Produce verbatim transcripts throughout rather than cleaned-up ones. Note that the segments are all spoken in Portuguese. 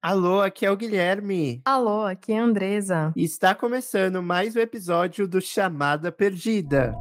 Alô, aqui é o Guilherme. Alô, aqui é a Andresa. E está começando mais um episódio do Chamada Perdida.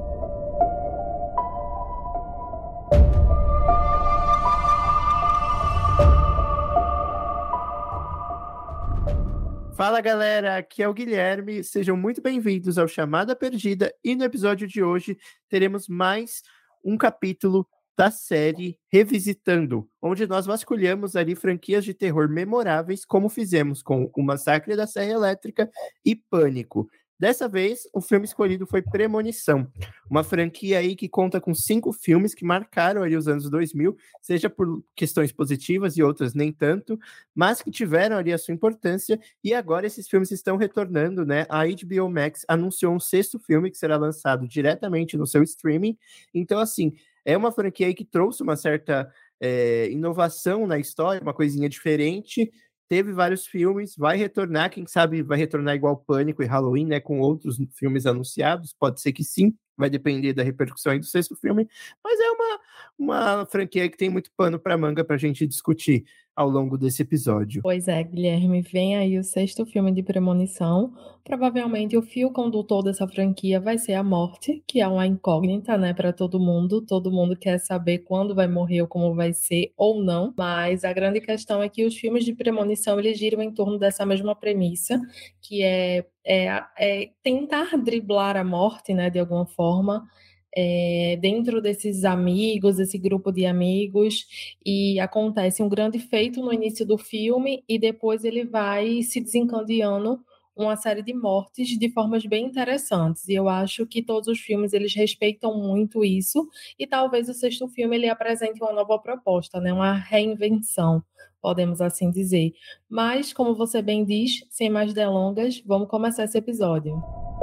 Fala galera, aqui é o Guilherme, sejam muito bem-vindos ao Chamada Perdida e no episódio de hoje teremos mais um capítulo da série Revisitando, onde nós vasculhamos ali franquias de terror memoráveis, como fizemos com O Massacre da Serra Elétrica e Pânico. Dessa vez, o filme escolhido foi Premonição, uma franquia aí que conta com cinco filmes que marcaram ali os anos dois mil, seja por questões positivas e outras nem tanto, mas que tiveram ali a sua importância, e agora esses filmes estão retornando, né? A H B O Max anunciou um sexto filme que será lançado diretamente no seu streaming, então assim, é uma franquia aí que trouxe uma certa é, inovação na história, uma coisinha diferente. Teve vários filmes, vai retornar, quem sabe vai retornar igual Pânico e Halloween, né, com outros filmes anunciados, pode ser que sim, vai depender da repercussão aí do sexto filme, mas é uma, uma franquia que tem muito pano para manga para a gente discutir ao longo desse episódio. Pois é, Guilherme, vem aí o sexto filme de Premonição. Provavelmente o fio condutor dessa franquia vai ser a morte, que é uma incógnita, né, para todo mundo. Todo mundo quer saber quando vai morrer ou como vai ser ou não. Mas a grande questão é que os filmes de Premonição eles giram em torno dessa mesma premissa, que é, é, é tentar driblar a morte, né, de alguma forma. É, dentro desses amigos, esse grupo de amigos, e acontece um grande feito no início do filme e depois ele vai se desencadeando uma série de mortes de formas bem interessantes. E eu acho que todos os filmes eles respeitam muito isso e talvez o sexto filme ele apresente uma nova proposta, né? Uma reinvenção, podemos assim dizer. Mas, como você bem diz, sem mais delongas, vamos começar esse episódio.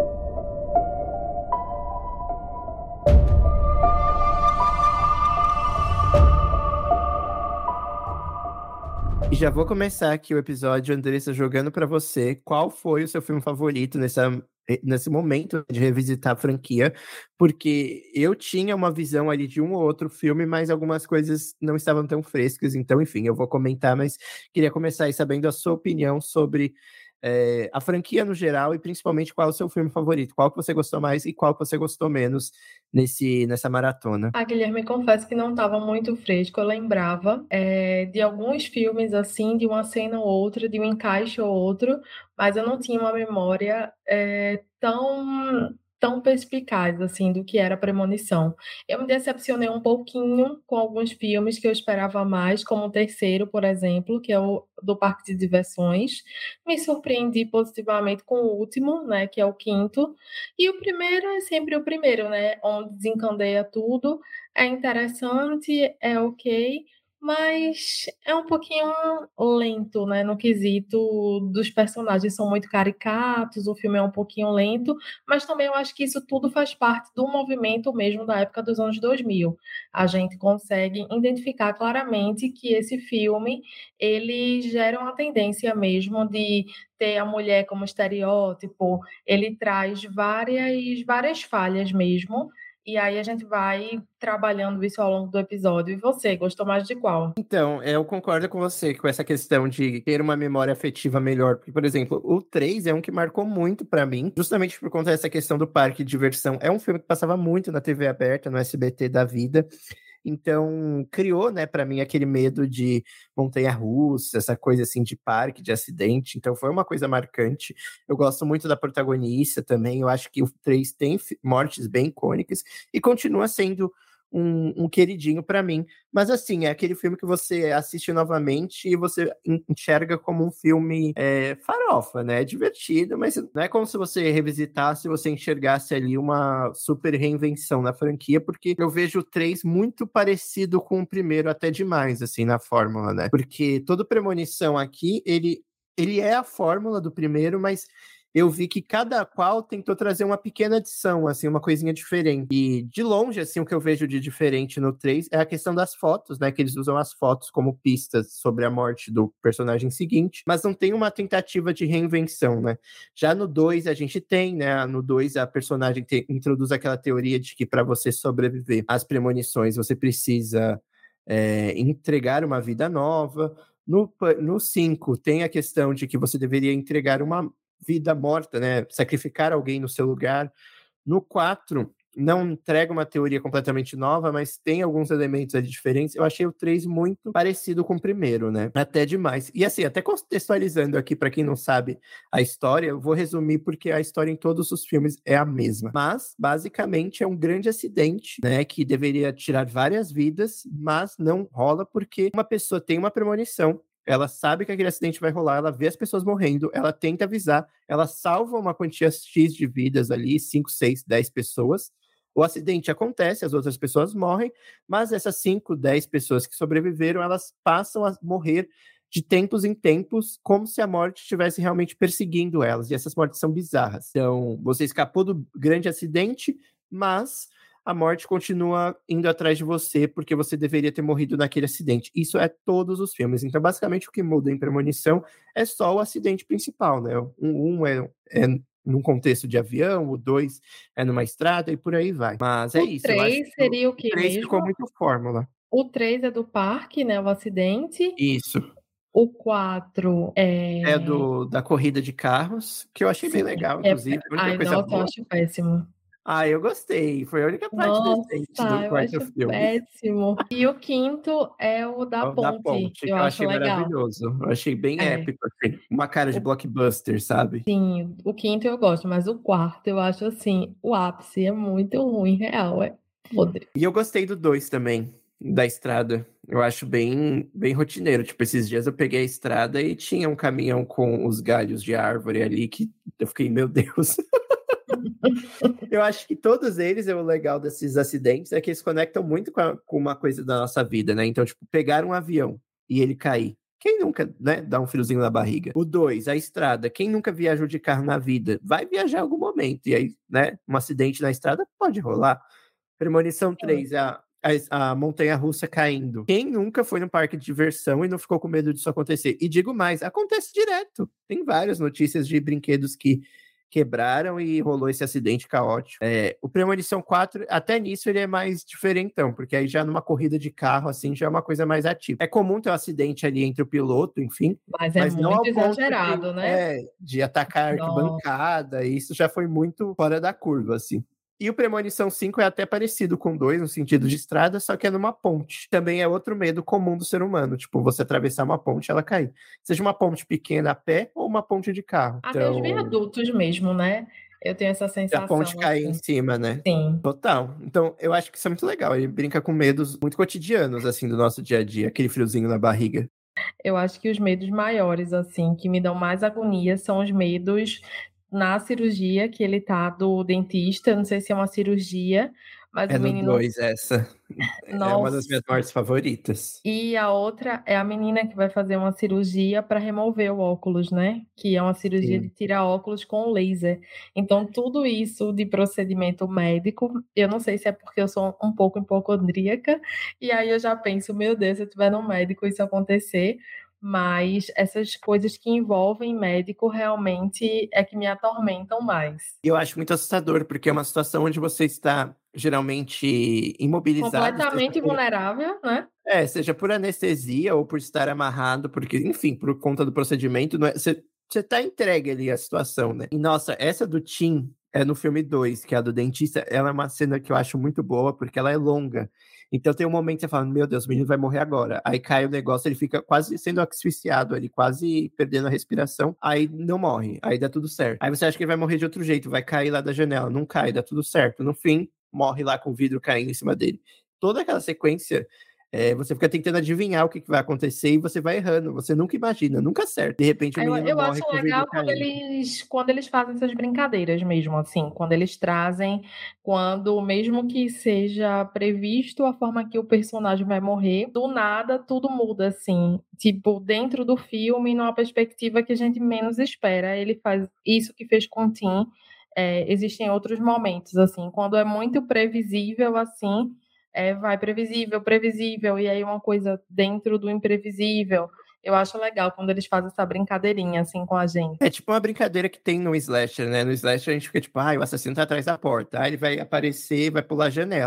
E já vou começar aqui o episódio, Andressa, jogando para você qual foi o seu filme favorito nessa, nesse momento de revisitar a franquia, porque eu tinha uma visão ali de um ou outro filme, mas algumas coisas não estavam tão frescas, então, enfim, eu vou comentar, mas queria começar aí sabendo a sua opinião sobre é, a franquia no geral e principalmente qual é o seu filme favorito, qual que você gostou mais e qual que você gostou menos nesse, nessa maratona. Ah, Guilherme, confesso que não estava muito fresco. Eu lembrava é, de alguns filmes assim, de uma cena ou outra, de um encaixe ou outro, mas eu não tinha uma memória é, tão tão perspicaz assim do que era Premonição. Eu me decepcionei um pouquinho com alguns filmes que eu esperava mais, como o terceiro, por exemplo, que é o do Parque de Diversões. Me surpreendi positivamente com o último, né, que é o quinto. E o primeiro é sempre o primeiro, né? Onde desencandeia tudo. É interessante, é ok, mas é um pouquinho lento, né? No quesito dos personagens são muito caricatos, o filme é um pouquinho lento, mas também eu acho que isso tudo faz parte do movimento mesmo da época dos anos dois mil. A gente consegue identificar claramente que esse filme ele gera uma tendência mesmo de ter a mulher como estereótipo, ele traz várias, várias falhas mesmo, e aí a gente vai trabalhando isso ao longo do episódio. E você, gostou mais de qual? Então, eu concordo com você com essa questão de ter uma memória afetiva melhor. Porque, por exemplo, o três é um que marcou muito pra mim, justamente por conta dessa questão do parque de diversão. É um filme que passava muito na T V aberta, no S B T da vida. Então, criou, né, para mim aquele medo de montanha-russa, essa coisa assim de parque, de acidente. Então, foi uma coisa marcante. Eu gosto muito da protagonista também. Eu acho que o três tem mortes bem icônicas e continua sendo um, um queridinho para mim. Mas assim, é aquele filme que você assiste novamente e você enxerga como um filme é, farofa, né? É divertido, mas não é como se você revisitasse e você enxergasse ali uma super reinvenção na franquia, porque eu vejo o três muito parecido com o primeiro, até demais, assim, na fórmula, né? Porque todo Premonição aqui, ele, ele é a fórmula do primeiro, mas eu vi que cada qual tentou trazer uma pequena adição, assim, uma coisinha diferente. E de longe, assim, o que eu vejo de diferente no três é a questão das fotos, né? Que eles usam as fotos como pistas sobre a morte do personagem seguinte, mas não tem uma tentativa de reinvenção, né? Já no dois a gente tem, né? No dois a personagem te- introduz aquela teoria de que para você sobreviver às premonições, você precisa é, entregar uma vida nova. No, no cinco, tem a questão de que você deveria entregar uma vida morta, né? Sacrificar alguém no seu lugar. No quatro, não entrega uma teoria completamente nova, mas tem alguns elementos ali diferentes. Eu achei o três muito parecido com o primeiro, né? Até demais. E assim, até contextualizando aqui, para quem não sabe a história, eu vou resumir porque a história em todos os filmes é a mesma. Mas, basicamente, é um grande acidente, né? Que deveria tirar várias vidas, mas não rola porque uma pessoa tem uma premonição. Ela sabe que aquele acidente vai rolar, ela vê as pessoas morrendo, ela tenta avisar, ela salva uma quantia X de vidas ali, cinco, seis, dez pessoas. O acidente acontece, as outras pessoas morrem, mas essas cinco, dez pessoas que sobreviveram, elas passam a morrer de tempos em tempos, como se a morte estivesse realmente perseguindo elas. E essas mortes são bizarras. Então, você escapou do grande acidente, mas a morte continua indo atrás de você porque você deveria ter morrido naquele acidente. Isso é todos os filmes. Então, basicamente, o que muda em Premonição é só o acidente principal, né? O um é, é num contexto de avião, o dois é numa estrada e por aí vai. Mas é O isso, eu acho três que o seria o que três ficou mesmo? muito fórmula. O três é do parque, né? O acidente. Isso. O quatro É é. do, da corrida de carros, que eu achei bem Sim. legal, É... inclusive. A única Ai, coisa nossa, eu boa. acho péssimo. Ah, eu gostei. Foi a única parte decente Nossa, do eu quarto acho filme. péssimo. E o quinto é o da O da ponte, ponte, que eu que eu acho achei legal. maravilhoso. Eu achei bem É. épico, assim. Uma cara de O, blockbuster, sabe? sim, o quinto eu gosto, mas o quarto eu acho assim, o ápice é muito ruim, real, é podre. E eu gostei do dois também, da estrada. Eu acho bem, bem rotineiro. Tipo, esses dias eu peguei a estrada e tinha um caminhão com os galhos de árvore ali que eu fiquei, meu Deus. Eu acho que todos eles, é o legal desses acidentes, é que eles conectam muito com, a, com uma coisa da nossa vida, né? Então, tipo, pegar um avião e ele cair. Quem nunca, né, dá um friozinho na barriga? O dois, a estrada. Quem nunca viajou de carro na vida? Vai viajar em algum momento. E aí, né, um acidente na estrada pode rolar. Premonição Sim. três, a, a, a montanha-russa caindo. Quem nunca foi num parque de diversão e não ficou com medo disso acontecer? E digo mais, acontece direto. Tem várias notícias de brinquedos que quebraram e rolou esse acidente caótico. É, o Premonição quatro, até nisso ele é mais diferentão, porque aí já numa corrida de carro, assim, já é uma coisa mais ativa. É comum ter um acidente ali entre o piloto, enfim, Mas é mas não muito ao ponto de, exagerado, né? é, de atacar a Nossa. arquibancada, isso já foi muito fora da curva, assim. E o Premonição cinco é até parecido com dois no sentido de estrada, só que é numa ponte. Também é outro medo comum do ser humano, tipo, você atravessar uma ponte e ela cair. Seja uma ponte pequena a pé ou uma ponte de carro. Até os Então, viadutos mesmo, né? Eu tenho essa a ponte sensação cair em assim. cima, né? Sim. Total. Então, eu acho que isso é muito legal. Ele brinca com medos muito cotidianos, assim, do nosso dia a dia, aquele friozinho na barriga. Eu acho que os medos maiores, assim, que me dão mais agonia são os medos na cirurgia que ele tá do dentista. Não sei se é uma cirurgia, mas É o no menino. dois essa. É uma das Nossa. minhas mortes favoritas. E a outra é a menina que vai fazer uma cirurgia para remover o óculos, né? Que é uma cirurgia de Sim. tirar óculos com laser. Então, tudo isso de procedimento médico, eu não sei se é porque eu sou um pouco hipocondríaca, e aí eu já penso, meu Deus, se eu tiver no médico isso acontecer, mas essas coisas que envolvem médico realmente é que me atormentam mais. E eu acho muito assustador, porque é uma situação onde você está geralmente imobilizado, seja Completamente por, vulnerável, né? é, seja por anestesia ou por estar amarrado, porque, enfim, por conta do procedimento, não é, você, você tá entregue ali à situação, né? E, nossa, essa do Tim é no filme dois, que é a do dentista, ela é uma cena que eu acho muito boa, porque ela é longa. Então tem um momento que você fala, meu Deus, o menino vai morrer agora. Aí cai o negócio, ele fica quase sendo asfixiado, ele quase perdendo a respiração. Aí não morre, aí dá tudo certo. Aí você acha que ele vai morrer de outro jeito, vai cair lá da janela. Não cai, dá tudo certo. No fim, morre lá com o vidro caindo em cima dele. Toda aquela sequência, é, você fica tentando adivinhar o que, que vai acontecer e você vai errando. Você nunca imagina, nunca acerta. De repente o Eu, menino eu morre acho com o vidro legal quando caindo. eles, quando eles fazem essas brincadeiras mesmo, assim, quando eles trazem, quando mesmo que seja previsto a forma que o personagem vai morrer, do nada tudo muda, assim, tipo, dentro do filme, numa perspectiva que a gente menos espera. Ele faz isso que fez com o Tim. É, existem outros momentos, assim, quando é muito previsível, assim, é, vai previsível, previsível, e aí uma coisa dentro do imprevisível. Eu acho legal quando eles fazem essa brincadeirinha assim com a gente. É tipo uma brincadeira que tem no slasher, né? No slasher a gente fica tipo, ah, o assassino tá atrás da porta. Aí ele vai aparecer, vai pular a janela.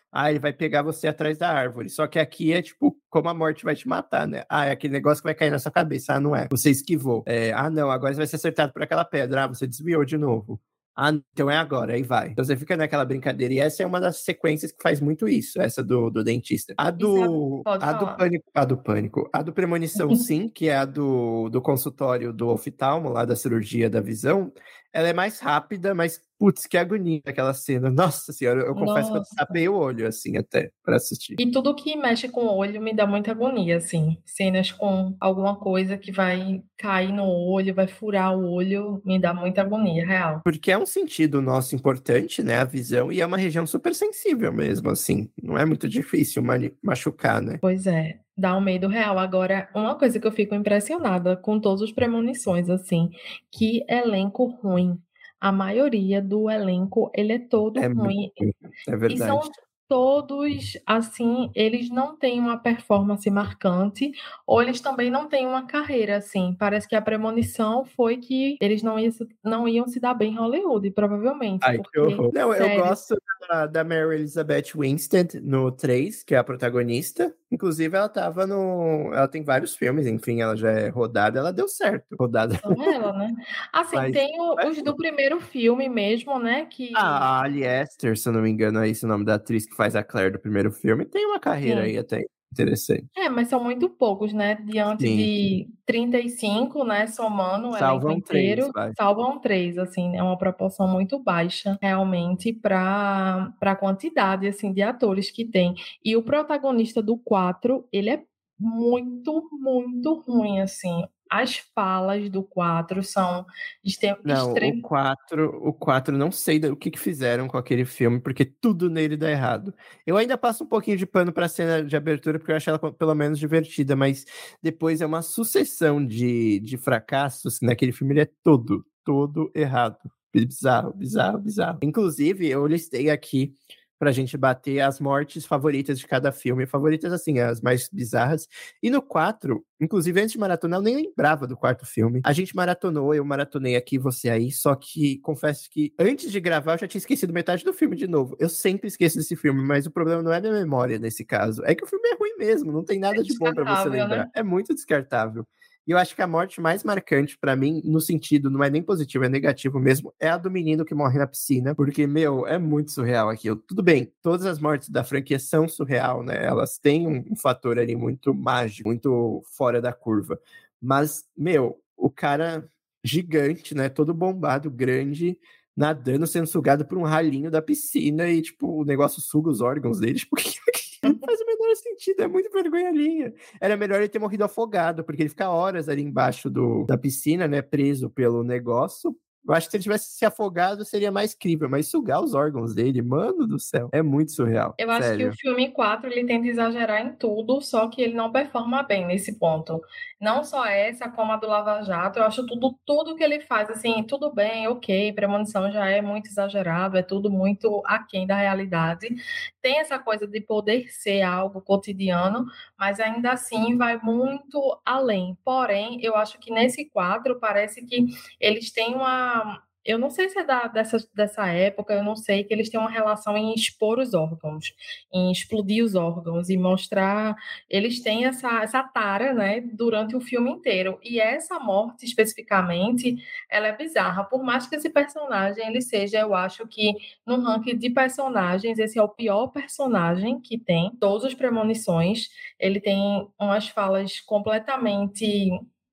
Ah, ele vai pegar você atrás da árvore. Só que aqui é tipo, como a morte vai te matar, né? Ah, é aquele negócio que vai cair na sua cabeça. Ah, não é. Você esquivou. É, ah, não, agora você vai ser acertado por aquela pedra. Ah, você desviou de novo. Ah, então é agora, aí vai. Então você fica naquela brincadeira. E essa é uma das sequências que faz muito isso, essa do, do dentista. A E sabe, do. pode A do falar. pânico. A do pânico. A do premonição, sim, que é a do, do consultório do oftalmo, lá da cirurgia da visão. Ela é mais rápida, mas, putz, que agonia aquela cena. Nossa senhora, eu confesso que eu Nossa. tapei o olho, assim, até, pra assistir. E tudo que mexe com o olho me dá muita agonia, assim. Cenas com alguma coisa que vai cair no olho, vai furar o olho, me dá muita agonia, real. Porque é um sentido nosso importante, né, a visão, e é uma região super sensível mesmo, assim. Não é muito difícil mani- machucar, né? Pois é, dá um medo real. Agora, uma coisa que eu fico impressionada com todos os premonições, assim, que elenco ruim. A maioria do elenco, ele é todo É muito ruim. ruim, é E verdade. são todos, assim, eles não têm uma performance marcante, ou eles também não têm uma carreira, assim. Parece que a premonição foi que eles não iam, se- não iam se dar bem em Hollywood, provavelmente, Ai, que porque, horror. Não, eu sério, gosto da, da Mary Elizabeth Winstead no três, que é a protagonista. Inclusive, ela tava no. Ela tem vários filmes, enfim, ela já é rodada, ela deu certo. Rodada. são ela, né? Assim, Mas. tem o- os do primeiro filme mesmo, né, que, Ah, a Ali Aster, se eu não me engano, é esse o nome da atriz que faz a Claire do primeiro filme, tem uma carreira sim. aí até interessante. É, mas são muito poucos, né? Diante Sim, sim. de trinta e cinco, né? Somando o elenco Salvam três, inteiro, vai. salvam três, assim, é uma proporção muito baixa, realmente, para para a quantidade, assim, de atores que tem. E o protagonista do quatro, ele é muito, muito ruim, assim. As falas do quatro são Não, o extremamente. quatro, o quatro não sei da- o que que fizeram com aquele filme, porque tudo nele dá errado. Eu ainda passo um pouquinho de pano pra cena de abertura, porque eu acho ela co- pelo menos divertida, mas depois é uma sucessão de, de fracassos, que naquele filme ele é todo, todo errado. Bizarro, bizarro, bizarro. Inclusive, eu listei aqui pra gente bater as mortes favoritas de cada filme. Favoritas, assim, as mais bizarras. E no quatro, inclusive antes de maratonar, eu nem lembrava do quarto filme. A gente maratonou, eu maratonei aqui, você aí, só que confesso que antes de gravar eu já tinha esquecido metade do filme de novo. Eu sempre esqueço desse filme, mas o problema não é minha memória nesse caso. É que o filme é ruim mesmo, não tem É nada de bom pra você descartável, lembrar. né? É muito descartável. E eu acho que a morte mais marcante pra mim, no sentido, não é nem positivo, é negativo mesmo, é a do menino que morre na piscina, porque, meu, é muito surreal aquilo. Tudo bem, todas as mortes da franquia são surreal, né? Elas têm um, um fator ali muito mágico, muito fora da curva. Mas, meu, o cara gigante, né? Todo bombado, grande, nadando, sendo sugado por um ralinho da piscina e, tipo, o negócio suga os órgãos dele. Tipo, que não faz o menor sentido, é muito vergonha alheia. Era melhor ele ter morrido afogado, porque ele fica horas ali embaixo do, da piscina, né? Preso pelo negócio. Eu acho que se ele tivesse se afogado seria mais crível, mas sugar os órgãos dele, mano do céu, é muito surreal, Eu acho que o sério. filme quatro ele tenta exagerar em tudo, só que ele não performa bem nesse ponto. Não só essa, como a do Lava Jato, eu acho tudo, tudo que ele faz, assim, tudo bem, ok, Premonição já é muito exagerado, é tudo muito aquém da realidade. Tem essa coisa de poder ser algo cotidiano, mas ainda assim vai muito além. Porém, eu acho que nesse quadro parece que eles têm uma. Eu não sei se é da, dessa, dessa época, eu não sei que eles têm uma relação em expor os órgãos, em explodir os órgãos e mostrar. Eles têm essa, essa tara, né, durante o filme inteiro. E essa morte, especificamente, ela é bizarra. Por mais que esse personagem ele seja, eu acho que no ranking de personagens, esse é o pior personagem que tem. Todas as premonições, ele tem umas falas completamente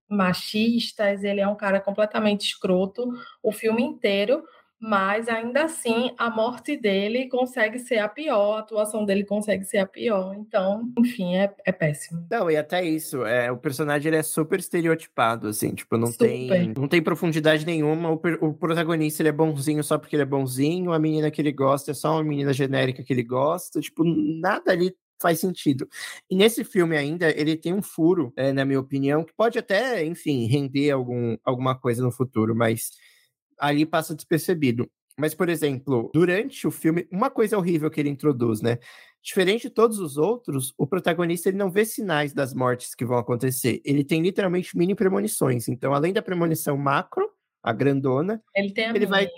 machistas, ele é um cara completamente escroto o filme inteiro, mas ainda assim a morte dele consegue ser a pior, a atuação dele consegue ser a pior. Então, enfim, é, é péssimo. Não, e até isso, é, o personagem ele é super estereotipado, assim, tipo, não Super. tem, não tem profundidade nenhuma, o, per- o protagonista ele é bonzinho só porque ele é bonzinho, a menina que ele gosta é só uma menina genérica que ele gosta, tipo, nada ali faz sentido. E nesse filme ainda, ele tem um furo, é, na minha opinião, que pode até, enfim, render algum, alguma coisa no futuro, mas ali passa despercebido. Mas, por exemplo, durante o filme, uma coisa horrível que ele introduz, né? Diferente de todos os outros, o protagonista ele não vê sinais das mortes que vão acontecer. Ele tem literalmente mini premonições. Então, além da premonição macro, a grandona, Ele tem a ele vai mini.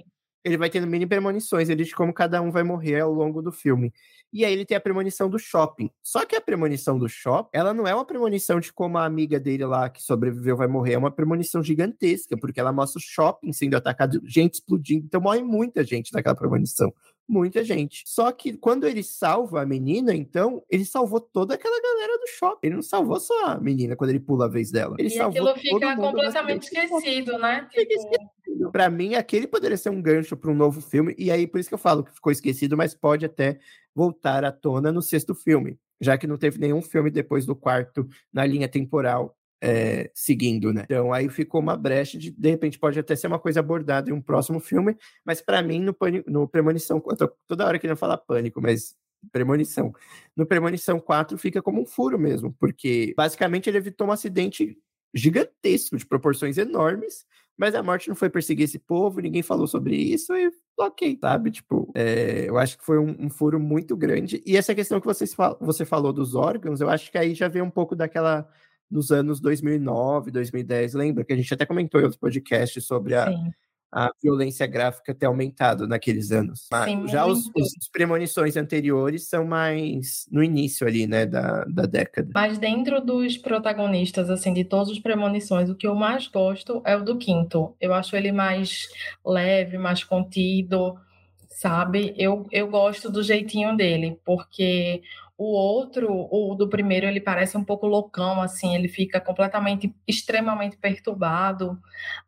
ele vai tendo mini premonições ali de como cada um vai morrer ao longo do filme. E aí ele tem a premonição do shopping. Só que a premonição do shopping, ela não é uma premonição de como a amiga dele lá, que sobreviveu, vai morrer. É uma premonição gigantesca, porque ela mostra o shopping sendo atacado, gente explodindo. Então morre muita gente naquela premonição. Muita gente. Só que quando ele salva a menina, então, ele salvou toda aquela galera do shopping. Ele não salvou só a menina quando ele pula a vez dela. Ele E salvou aquilo todo fica mundo completamente esquecido, né? Fica Tipo, esquecido. Pra mim, aquele poderia ser um gancho para um novo filme. E aí, por isso que eu falo que ficou esquecido, mas pode até voltar à tona no sexto filme. Já que não teve nenhum filme depois do quarto na linha temporal. É, seguindo, né? Então aí ficou uma brecha de, de repente pode até ser uma coisa abordada em um próximo filme, mas pra mim no, Pânico, no Premonição, eu tô toda hora querendo falar Pânico, mas Premonição. No Premonição quatro fica como um furo mesmo, porque basicamente ele evitou um acidente gigantesco, de proporções enormes, mas a morte não foi perseguir esse povo, ninguém falou sobre isso e ok, sabe? Tipo, é, eu acho que foi um, um furo muito grande. E essa questão que vocês fal- você falou dos órgãos, eu acho que aí já vem um pouco daquela nos anos dois mil e nove, dois mil e dez, lembra? Que a gente até comentou em outro podcast sobre a, sim, a violência gráfica ter aumentado naqueles anos. Mas sim, já os, muito. os, os premonições anteriores são mais no início ali, né, da, da década. Mas dentro dos protagonistas, assim, de todos os premonições, o que eu mais gosto é o do quinto. Eu acho ele mais leve, mais contido, sabe? Eu, eu gosto do jeitinho dele, porque o outro, o do primeiro, ele parece um pouco loucão, assim, ele fica completamente, extremamente perturbado.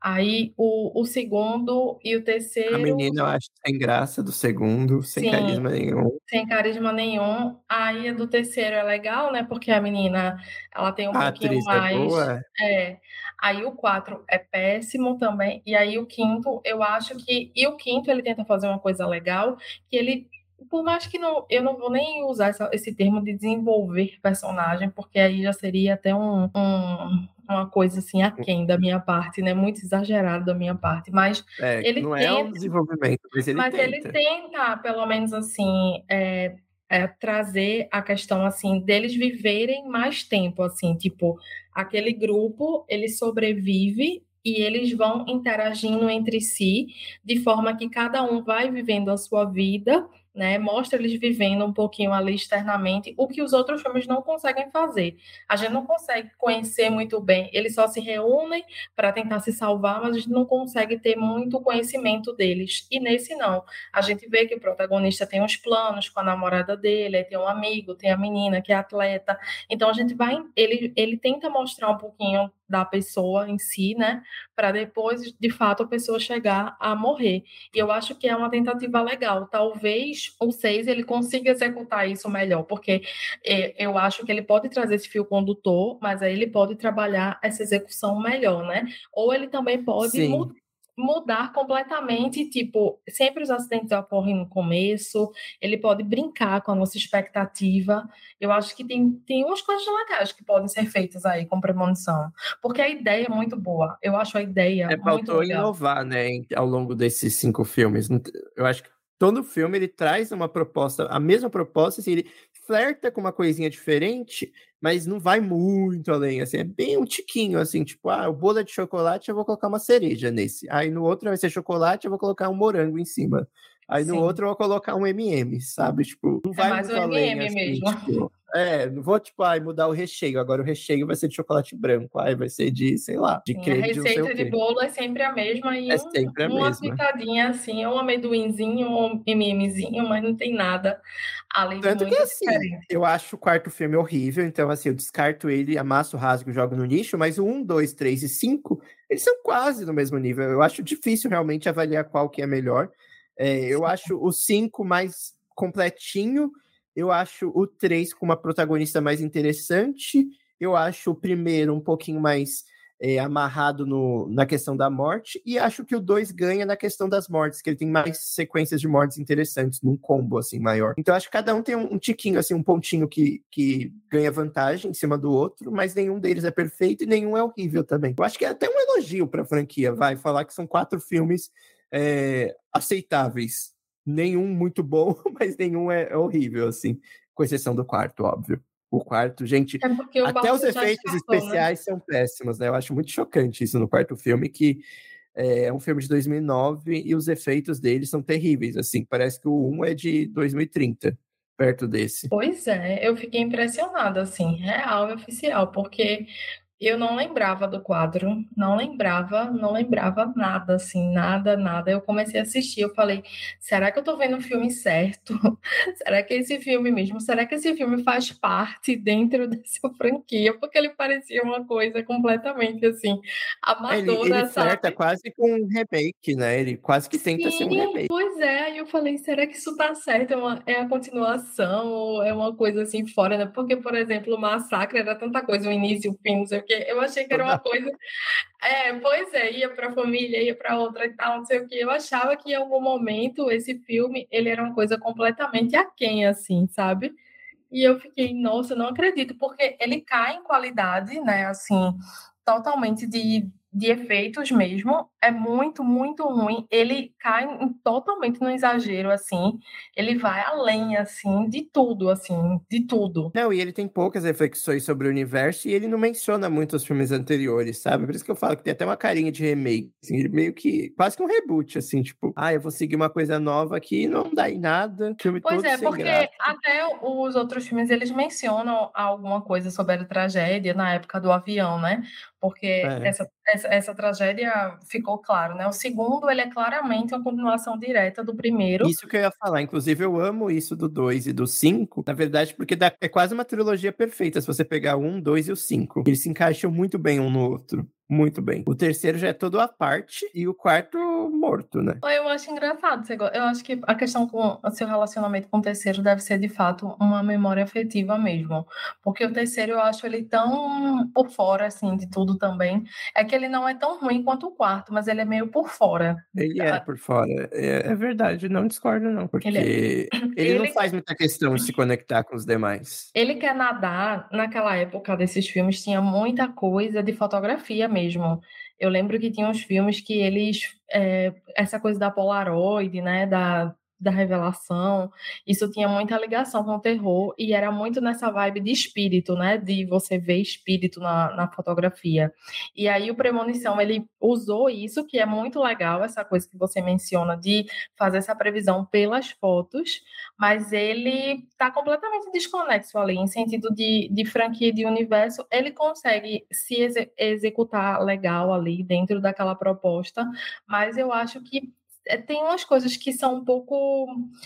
Aí o, o segundo e o A terceiro, menina, eu acho sem graça do segundo, sem sim, carisma nenhum. sem carisma nenhum. Aí a do terceiro é legal, né? Porque a menina, ela tem um A pouquinho atriz é mais. boa. É. Aí o quatro é péssimo também. E aí o quinto, eu acho que. E o quinto, ele tenta fazer uma coisa legal, que ele. Por mais que não, eu não vou nem usar essa- esse termo de desenvolver personagem, porque aí já seria até um, um- uma coisa assim aquém da minha parte, né? Muito exagerado da minha parte. Mas É, ele não é um tenta desenvolvimento, mas ele mas ele tenta. tenta, pelo menos assim, é, é, trazer a questão assim deles viverem mais tempo, assim, tipo, aquele grupo ele sobrevive e eles vão interagindo entre si de forma que cada um vai vivendo a sua vida, né? Mostra eles vivendo um pouquinho ali externamente, o que os outros filmes não conseguem fazer. A gente não consegue conhecer muito bem, eles só se reúnem para tentar se salvar, mas a gente não consegue ter muito conhecimento deles. E nesse não. A gente vê que o protagonista tem uns planos com a namorada dele, aí tem um amigo, tem a menina que é atleta. Então a gente vai, ele, ele tenta mostrar um pouquinho da pessoa em si, né? Para depois, de fato, a pessoa chegar a morrer. E eu acho que é uma tentativa legal. Talvez o seis ele consiga executar isso melhor, porque é, eu acho que ele pode trazer esse fio condutor, mas aí ele pode trabalhar essa execução melhor, né? Ou ele também pode Sim. mu- mudar completamente, tipo, sempre os acidentes ocorrem no começo, ele pode brincar com a nossa expectativa. Eu acho que tem, tem umas coisas legais que podem ser feitas aí com premonição, porque a ideia é muito boa. Eu acho a ideia É, muito faltou legal. inovar, né, em- ao longo desses cinco filmes. Não te- Eu acho que todo filme ele traz uma proposta, a mesma proposta, assim, ele flerta com uma coisinha diferente, mas não vai muito além, assim, é bem um tiquinho, assim, tipo, ah, o bolo é de chocolate, eu vou colocar uma cereja nesse. Aí no outro vai ser chocolate, eu vou colocar um morango em cima. Aí no Sim, outro eu vou colocar um M e M, sabe? Tipo, não é vai mais o muito além, M M assim, mesmo. tipo, é, não vou, tipo, ai, mudar o recheio, agora o recheio vai ser de chocolate branco, aí vai ser de, sei lá, de Sim, a creme de não sei o receita de quê. bolo é sempre a mesma e É um, sempre a uma mesma. pitadinha assim, um amendoinzinho, um MMzinho, mas não tem nada ali de Tanto que, muito assim, diferente. eu acho o quarto filme horrível, então, assim, eu descarto ele, amasso, rasgo e jogo no lixo, mas o um, dois, três e cinco, eles são quase no mesmo nível. Eu acho difícil realmente avaliar qual que é melhor. É, eu acho o cinco mais completinho, eu acho o três com uma protagonista mais interessante, eu acho o primeiro um pouquinho mais é, amarrado no, na questão da morte, e acho que o dois ganha na questão das mortes, que ele tem mais sequências de mortes interessantes, num combo, assim, maior. Então, acho que cada um tem um, um tiquinho, assim, um pontinho que, que ganha vantagem em cima do outro, mas nenhum deles é perfeito e nenhum é horrível também. Eu acho que é até um elogio pra franquia, vai, falar que são quatro filmes é, aceitáveis. Nenhum muito bom, mas nenhum é, é horrível, assim, com exceção do quarto, óbvio. O quarto, gente, É porque o até os quarto já efeitos escapou, né? especiais são péssimos, né? Eu acho muito chocante isso no quarto filme, que é um filme de dois mil e nove e os efeitos dele são terríveis, assim. Parece que o um é de dois mil e trinta, perto desse. Pois é, eu fiquei impressionada, assim, real e oficial, porque eu não lembrava do quadro, não lembrava, não lembrava nada, assim, nada, nada. Eu comecei a assistir, eu falei, será que eu tô vendo o filme certo? Será que é esse filme mesmo? Será que esse filme faz parte dentro dessa franquia? Porque ele parecia uma coisa completamente, assim, Ele, ele amadora, flerta sabe? quase com um remake, né? Ele quase que tenta ser um Sim, remake. pois é. Aí eu falei, será que isso tá certo? É, uma, é a continuação ou é uma coisa assim fora, né? Porque, por exemplo, o Massacre era tanta coisa, o início, o fim, não sei o quê. Eu achei que era uma Toda... coisa. É, pois é, ia pra família, ia pra outra e tal, não sei o quê. Eu achava que em algum momento esse filme ele era uma coisa completamente aquém, assim, sabe? E eu fiquei, nossa, eu não acredito, porque ele cai em qualidade, né? Assim, totalmente de, de efeitos mesmo. É muito, muito ruim. Ele cai em- totalmente no exagero, assim. Ele vai além, assim, de tudo, assim, de tudo. Não, e ele tem poucas reflexões sobre o universo e ele não menciona muito os filmes anteriores, sabe? Por isso que eu falo que tem até uma carinha de remake, assim, ele meio que, quase que um reboot, assim, tipo, ah, eu vou seguir uma coisa nova aqui, não dá em nada, filme Pois todo é, sem porque graça. até os outros filmes eles mencionam alguma coisa sobre a tragédia na época do avião, né? Porque É. essa, essa, essa tragédia ficou claro, né? O segundo, ele é claramente uma continuação direta do primeiro. Isso que eu ia falar, inclusive eu amo isso do dois e do cinco, na verdade, porque dá- é quase uma trilogia perfeita, se você pegar o um, dois e o cinco. Eles se encaixam muito bem um no outro, muito bem. O terceiro já é todo à parte e o quarto morto, né? Eu acho engraçado. você go- Eu acho que a questão com o seu relacionamento com o terceiro deve ser, de fato, uma memória afetiva mesmo. Porque o terceiro eu acho ele tão por fora, assim, de tudo também. É que ele não é tão ruim quanto o quarto, mas ele é meio por fora. Ele é por fora, é, é verdade, não discordo não, Ele é. porque ele não Ele, faz muita questão de se conectar com os demais. ele quer nadar, naquela época desses filmes, tinha muita coisa de fotografia mesmo. Eu lembro que tinha uns filmes que eles. É, essa coisa da Polaroid, né? Da, da revelação, isso tinha muita ligação com o terror e era muito nessa vibe de espírito, né? De você ver espírito na, na fotografia. E aí o Premonição, ele usou isso, que é muito legal, essa coisa que você menciona de fazer essa previsão pelas fotos, mas ele está completamente desconexo ali, em sentido de, de franquia de universo, ele consegue se exe executar legal ali dentro daquela proposta, mas eu acho que tem umas coisas que são um pouco,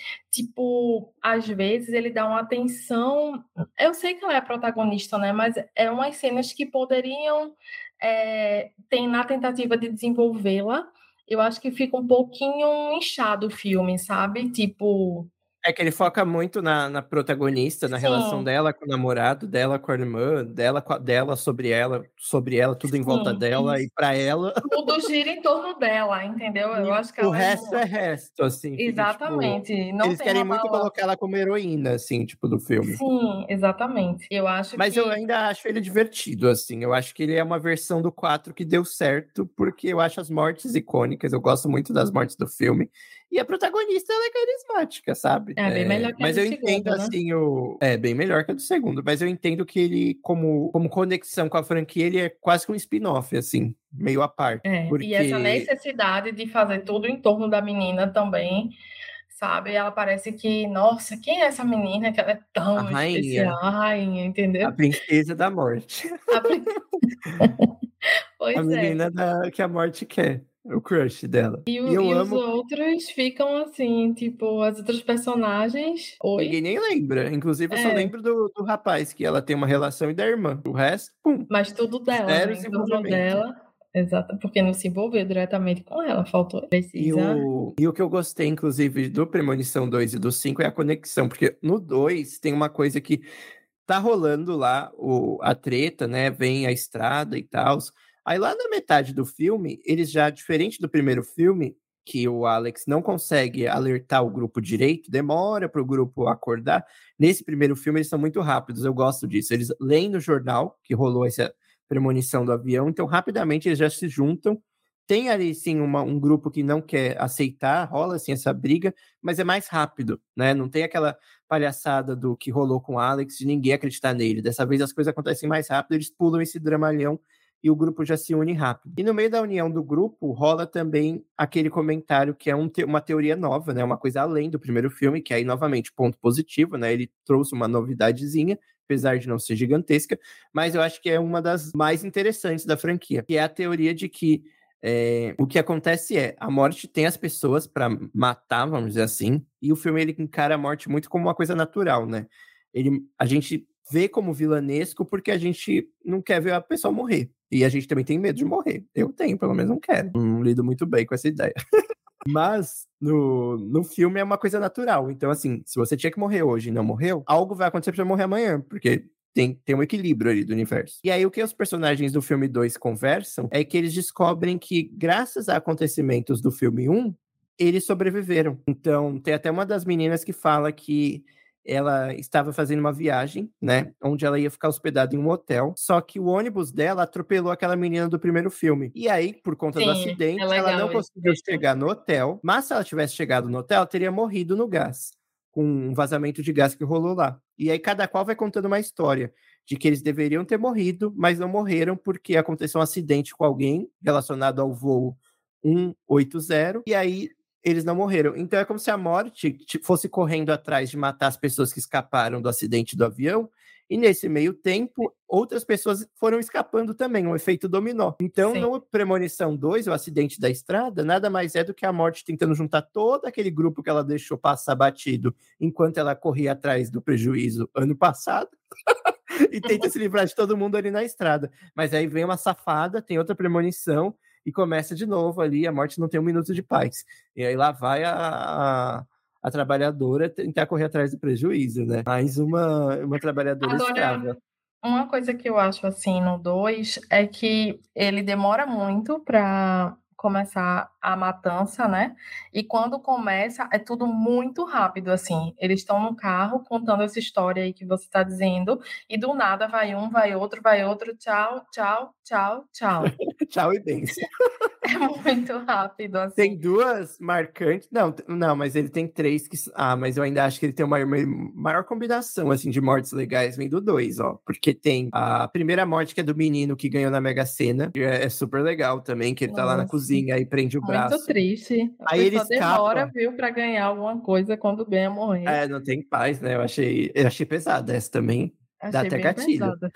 tipo, às vezes ele dá uma atenção, eu sei que ela é a protagonista, né, mas é umas cenas que poderiam, é, tem na tentativa de desenvolvê-la, eu acho que fica um pouquinho inchado o filme, sabe? Tipo, É que ele foca muito na, na protagonista, na relação sim, dela com o namorado, dela com a irmã, dela, com a- dela sobre ela, sobre ela, tudo em volta sim, dela e isso. pra ela. Tudo gira em torno dela, entendeu? Eu E acho que o ela é resto é muito. resto, assim, fica tipo. Exatamente, não Eles tem querem uma muito balança. colocar ela como heroína, assim, tipo, do filme. Sim, exatamente. Eu acho Mas eu que ainda acho ele divertido, assim. Eu acho que ele é uma versão do quatro que deu certo, porque eu acho as mortes icônicas. Eu gosto muito das mortes do filme. E a protagonista, ela é carismática, sabe? é bem É, melhor que a mas do eu entendo, segundo, né? assim, o... É bem melhor que a do segundo. Mas eu entendo que ele, como, como conexão com a franquia, ele é quase que um spin-off, assim. Meio à parte. É, e essa Porque... necessidade de fazer tudo em torno da menina também, sabe? Ela parece que, nossa, quem é essa menina que ela é A tão especial, rainha, rainha, a entendeu? princesa da morte. A prin- A Pois é. menina da... que a morte quer. O crush dela. E, E o- eu e os amo. outros ficam assim, tipo, as outras personagens. Ninguém Oi? nem lembra. Inclusive, eu só É, lembro do, do rapaz, que ela tem uma relação e da irmã. O resto, pum, mas tudo dela, zero né? Em torno desenvolvimento. dela. Exato, porque não se envolveu diretamente com ela, faltou. E Precisa. o, e o que eu gostei, inclusive, do Premonição dois e do cinco é a conexão, porque no dois tem uma coisa que tá rolando lá, o, a treta, né? Vem a estrada e tal. Aí lá na metade do filme, eles já, diferente do primeiro filme, que o Alex não consegue alertar o grupo direito, demora para o grupo acordar. Nesse primeiro filme, eles são muito rápidos, eu gosto disso. Eles leem no jornal que rolou essa premonição do avião, então rapidamente eles já se juntam. Tem ali, sim, uma, um grupo que não quer aceitar, rola, assim, essa briga, mas é mais rápido, né? Não tem aquela palhaçada do que rolou com o Alex, de ninguém acreditar nele. Dessa vez as coisas acontecem mais rápido, eles pulam esse dramalhão e o grupo já se une rápido. E no meio da união do grupo, rola também aquele comentário que é um te- uma teoria nova, né? Uma coisa além do primeiro filme, que aí, novamente, ponto positivo, né? Ele trouxe uma novidadezinha, apesar de não ser gigantesca, mas eu acho que é uma das mais interessantes da franquia, que é a teoria de que é, o que acontece é, a morte tem as pessoas para matar, vamos dizer assim, e o filme ele encara a morte muito como uma coisa natural, né? Ele, a gente vê como vilanesco porque a gente não quer ver a pessoa morrer. E a gente também tem medo de morrer. Eu tenho, pelo menos não quero. Não lido muito bem com essa ideia. Mas no, no filme é uma coisa natural. Então, assim, se você tinha que morrer hoje e não morreu, algo vai acontecer pra você morrer amanhã, porque tem, tem um equilíbrio ali do universo. E aí, o que os personagens do filme dois conversam é que eles descobrem que, graças a acontecimentos do filme um, eles sobreviveram. Então, tem até uma das meninas que fala que ela estava fazendo uma viagem, né, onde ela ia ficar hospedada em um hotel, só que o ônibus dela atropelou aquela menina do primeiro filme. E aí, por conta do Sim, acidente, é ela não legal isso conseguiu mesmo. chegar no hotel, mas se ela tivesse chegado no hotel, ela teria morrido no gás, com um vazamento de gás que rolou lá. E aí cada qual vai contando uma história de que eles deveriam ter morrido, mas não morreram porque aconteceu um acidente com alguém relacionado ao voo cento e oitenta, e aí eles não morreram. Então é como se a morte fosse correndo atrás de matar as pessoas que escaparam do acidente do avião, e nesse meio tempo, outras pessoas foram escapando também, um efeito dominó. Então, Sim. no Premonição dois, o acidente da estrada, nada mais é do que a morte tentando juntar todo aquele grupo que ela deixou passar batido enquanto ela corria atrás do prejuízo ano passado. E tenta se livrar de todo mundo ali na estrada. Mas aí vem uma safada, tem outra premonição, e começa de novo ali, a morte não tem um minuto de paz. E aí lá vai a, a, a trabalhadora tentar correr atrás do prejuízo, né? Mais uma, uma trabalhadora Agora, escrava. uma coisa que eu acho assim no dois é que ele demora muito para começar a matança, né? E quando começa, é tudo muito rápido, assim. Eles estão no carro contando essa história aí que você está dizendo, e do nada vai um, vai outro, vai outro, tchau, tchau, tchau, tchau. Tchau e bênção. É muito rápido, assim. Tem duas marcantes. Não, t- não, mas ele tem três que. s- Ah, mas eu ainda acho que ele tem uma, uma maior combinação, assim, de mortes legais, vem do dois, ó. Porque tem a primeira morte, que é do menino que ganhou na Mega Sena, que é, é super legal também, que ele tá lá na Nossa, cozinha e prende o muito braço. triste. A Aí ele pessoa demora, escapa. viu, para ganhar alguma coisa quando ganha morrer. É, não tem paz, né? Eu achei, eu achei pesada essa também. Dá Achei até bem gatilho. pesada.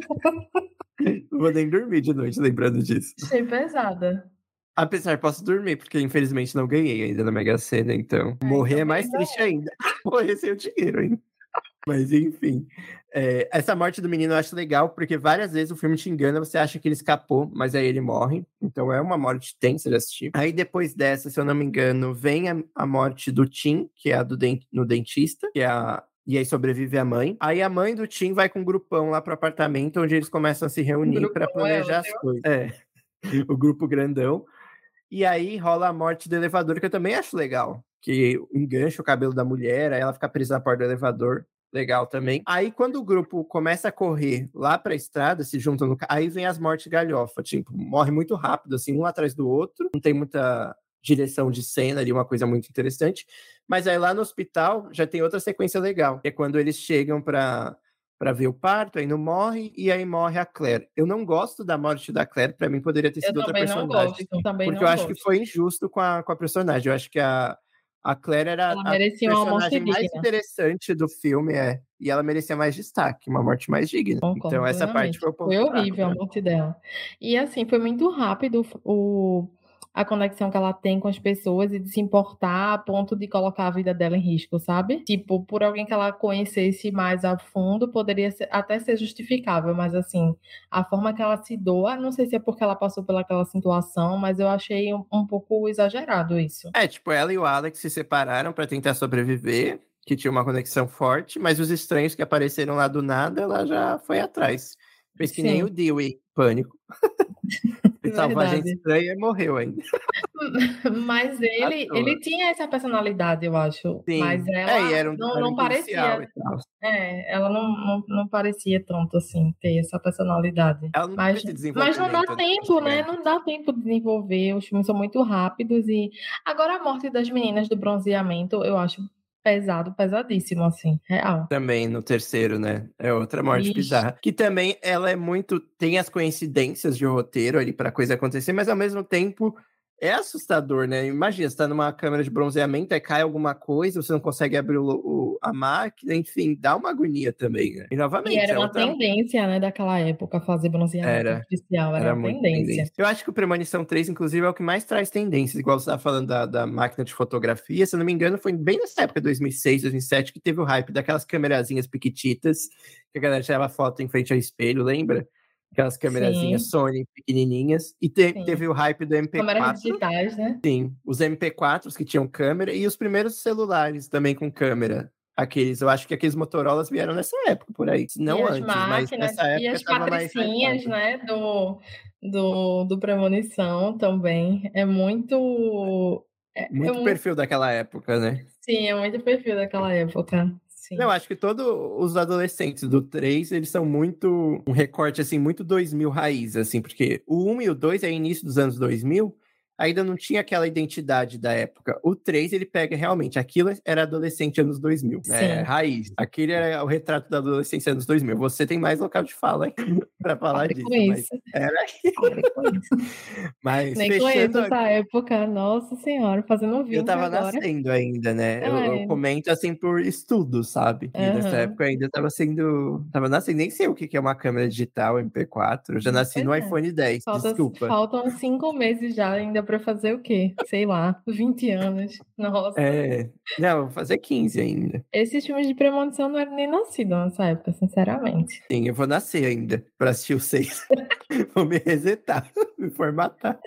Não vou nem dormir de noite lembrando disso. Achei pesada. Apesar, posso dormir, porque infelizmente não ganhei ainda na Mega Sena, então É, morrer então é mais melhor triste ainda. ainda. Morrer sem o dinheiro ainda. Mas enfim, é, essa morte do menino eu acho legal, porque várias vezes o filme te engana, você acha que ele escapou, mas aí ele morre. Então é uma morte tensa de assistir. Aí depois dessa, se eu não me engano, vem a, a morte do Tim, que é a do dent, no dentista, que é a. E aí sobrevive a mãe. Aí a mãe do Tim vai com um grupão lá pro apartamento, onde eles começam a se O reunir para grupão é planejar as ótimo. coisas. É, o grupo grandão. E aí rola a morte do elevador, que eu também acho legal. Que engancha o cabelo da mulher, aí ela fica presa na porta do elevador. Legal também. Aí, quando o grupo começa a correr lá pra estrada, se juntam no. ca- Aí vem as mortes galhofa. Tipo, morre muito rápido, assim, um atrás do outro. Não tem muita direção de cena ali, uma coisa muito interessante. Mas aí lá no hospital já tem outra sequência legal. Que é quando eles chegam pra para ver o parto, aí não morre, e aí morre a Claire. Eu não gosto da morte da Claire, para mim poderia ter Eu sido outra também não personagem, gosto, também porque eu não acho que gosto. foi injusto com a, com a personagem. Eu acho que a, a Claire era Ela a merecia uma morte personagem mais digna. interessante do filme, é, e ela merecia mais destaque, uma morte mais digna. Então Concordo essa parte plenamente. foi um Foi ponto fraco horrível a para mim. morte dela. E assim, foi muito rápido o, a conexão que ela tem com as pessoas e de se importar a ponto de colocar a vida dela em risco, sabe? Tipo, por alguém que ela conhecesse mais a fundo, poderia ser- até ser justificável, mas assim, a forma que ela se doa, não sei se é porque ela passou pelaquela situação, mas eu achei um, um pouco exagerado isso. É, tipo, ela e o Alex se separaram para tentar sobreviver, que tinha uma conexão forte, mas os estranhos que apareceram lá do nada, ela já foi atrás. Fez que nem o Sim, Dewey, Pânico. Ele salvou a gente verdade. estranha e morreu ainda. Mas À ele, toa. ele tinha essa personalidade, eu acho. Mas Sim. É, e ela era um, não, era um não policial parecia. e tal. É, ela não, não, não parecia tanto assim, ter essa personalidade. Ela não teve Mas, esse mas não dá desenvolvimento, né, pra tempo, chegar né? nisso. Não dá tempo de desenvolver. Os filmes são muito rápidos. E agora a morte das meninas do bronzeamento, eu acho pesado, pesadíssimo, assim, real. Também no terceiro, né? É outra morte Ixi. bizarra. Que também ela é muito. Tem as coincidências de roteiro ali pra coisa acontecer, mas ao mesmo tempo é assustador, né? Imagina, você tá numa câmera de bronzeamento, aí cai alguma coisa, você não consegue abrir o, o- a máquina, enfim, dá uma agonia também, né? E E novamente, era é uma outra. tendência, né, daquela época, fazer bronzeamento Era. artificial, era Era uma muito tendência. tendência. Eu acho que o Premonição três, inclusive, é o que mais traz tendências, igual você estava falando da, da máquina de fotografia. Se eu não me engano, foi bem nessa época, dois mil e seis, dois mil e sete, que teve o hype daquelas camerazinhas piquititas, que a galera tirava foto em frente ao espelho, lembra? Aquelas camerazinhas Sim, Sony pequenininhas. E te- sim. teve o hype do As câmeras M P quatro, digitais, né? sim, os M P quatro que tinham câmera, e os primeiros celulares também com câmera. Aqueles, eu acho que aqueles Motorolas vieram nessa época, por aí. E Não as antes, mas máquinas, nessa e época as tava mais patricinhas, hypado. né, do, do, do Premonição também. É muito... É, é Muito muito... perfil daquela época, né? Sim, é muito perfil daquela época. Não, Sim. acho que todos os adolescentes do três eles são muito, um recorte, assim, muito dois mil raiz, assim, porque o um e o dois é início dos anos dois mil, ainda não tinha aquela identidade da época. O três ele pega realmente, aquilo era adolescente anos dois mil, né? Sim. Raiz. Aquele era o retrato da adolescência anos dois mil. Você tem mais local de fala, hein? Pra falar Pare com disso, mas isso. era. Pare com isso. Mas Nem conheço fechando. essa época. Nossa Senhora, fazendo Eu vinte tava agora. nascendo ainda, né? Eu, eu Ai, comento assim por estudo, sabe? E nessa aham. época eu ainda tava sendo. Tava nascendo, nem sei o que que é uma câmera digital M P quatro. Eu já nasci Pois no é. iPhone dez, Falta, desculpa. faltam cinco meses já ainda para fazer o quê? Sei lá, vinte anos. Nossa. É. Não, eu vou fazer quinze ainda. Esses filmes de premonição não eram nem nascidos nessa época, sinceramente. Sim, eu vou nascer ainda pra assistir o seis. Vou me resetar, me formatar.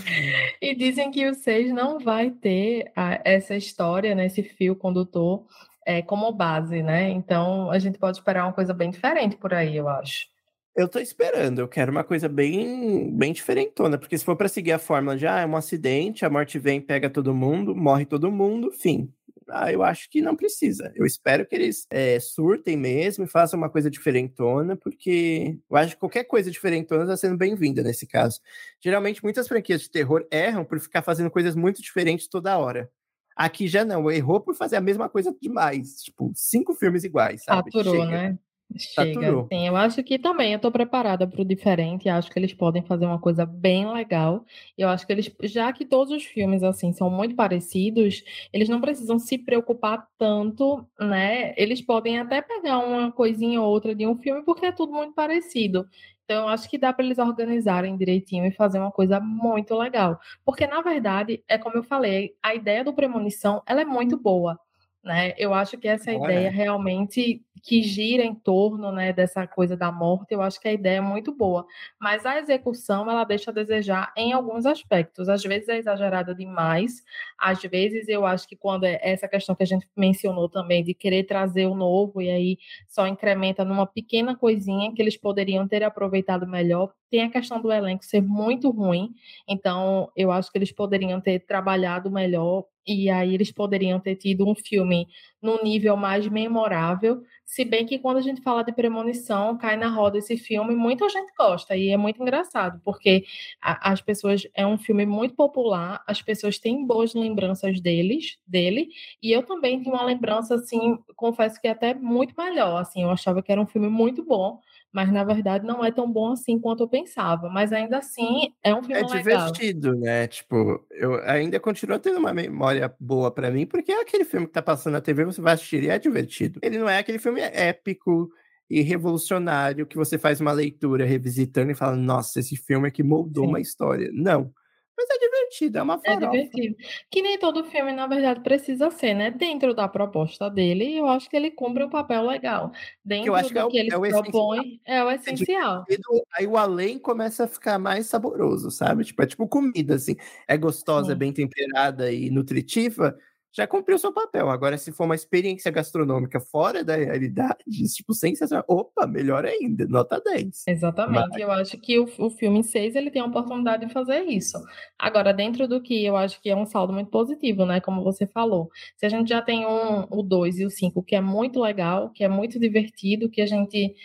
E dizem que o seis não vai ter a- essa história, né, esse fio condutor, é, como base, né? Então a gente pode esperar uma coisa bem diferente por aí, eu acho. Eu tô esperando, eu quero uma coisa bem, bem diferentona, porque se for pra seguir a fórmula de, ah, é um acidente, a morte vem, pega todo mundo, morre todo mundo, fim. Ah, eu acho que não precisa. Eu espero que eles é, surtem mesmo e façam uma coisa diferentona, porque eu acho que qualquer coisa diferentona está sendo bem-vinda nesse caso. Geralmente, muitas franquias de terror erram por ficar fazendo coisas muito diferentes toda hora. Aqui já não, errou por fazer a mesma coisa demais. Tipo, cinco filmes iguais, sabe? Saturou, Chega, né? Chega. saturou. Sim, eu acho que também eu tô preparada para o diferente. Acho que eles podem fazer uma coisa bem legal. Eu acho que eles, já que todos os filmes assim são muito parecidos, eles não precisam se preocupar tanto, né? Eles podem até pegar uma coisinha ou outra de um filme porque é tudo muito parecido. Então, eu acho que dá para eles organizarem direitinho e fazer uma coisa muito legal. Porque, na verdade, é como eu falei, a ideia do Premonição, ela é muito boa, né? Eu acho que essa Ela ideia é. realmente que gira em torno, né, dessa coisa da morte, eu acho que a ideia é muito boa, mas a execução ela deixa a desejar em alguns aspectos. Às vezes é exagerada demais, às vezes eu acho que quando é essa questão que a gente mencionou também de querer trazer o novo e aí só incrementa numa pequena coisinha que eles poderiam ter aproveitado melhor. Tem a questão do elenco ser muito ruim, então eu acho que eles poderiam ter trabalhado melhor e aí eles poderiam ter tido um filme num nível mais memorável, se bem que quando a gente fala de premonição, cai na roda esse filme, muita gente gosta e é muito engraçado, porque a- as pessoas é um filme muito popular, as pessoas têm boas lembranças deles, dele, e eu também tenho uma lembrança assim, confesso que até muito melhor, assim, eu achava que era um filme muito bom, mas na verdade não é tão bom assim quanto eu pensava, mas ainda assim é um É filme legal. divertido, né? Tipo, eu ainda continuo tendo uma memória boa pra mim, porque é aquele filme que tá passando na T V, você vai assistir e é divertido. Ele não é aquele filme épico e revolucionário que você faz uma leitura revisitando e fala, nossa, esse filme aqui moldou uma Sim. história. Não. Mas é divertido, é uma É farofa. divertido. Que nem todo filme, na verdade, precisa ser, né? Dentro da proposta dele, eu acho que ele cumpre um papel legal. Que eu Dentro acho que é do que o, ele é se o essencial. propõe, é o É essencial. divertido, aí o além começa a ficar mais saboroso, sabe? Tipo, é tipo comida, assim. É gostosa, Sim, bem temperada e nutritiva, já cumpriu seu papel. Agora, se for uma experiência gastronômica fora da realidade, tipo, sensacional. Opa, melhor ainda, nota dez. Mas, exatamente. Eu acho que o, o filme seis ele tem a oportunidade de fazer isso. Agora, dentro do que eu acho que é um saldo muito positivo, né? Como você falou. Se a gente já tem um, o dois e o cinco, que é muito legal, que é muito divertido, que a gente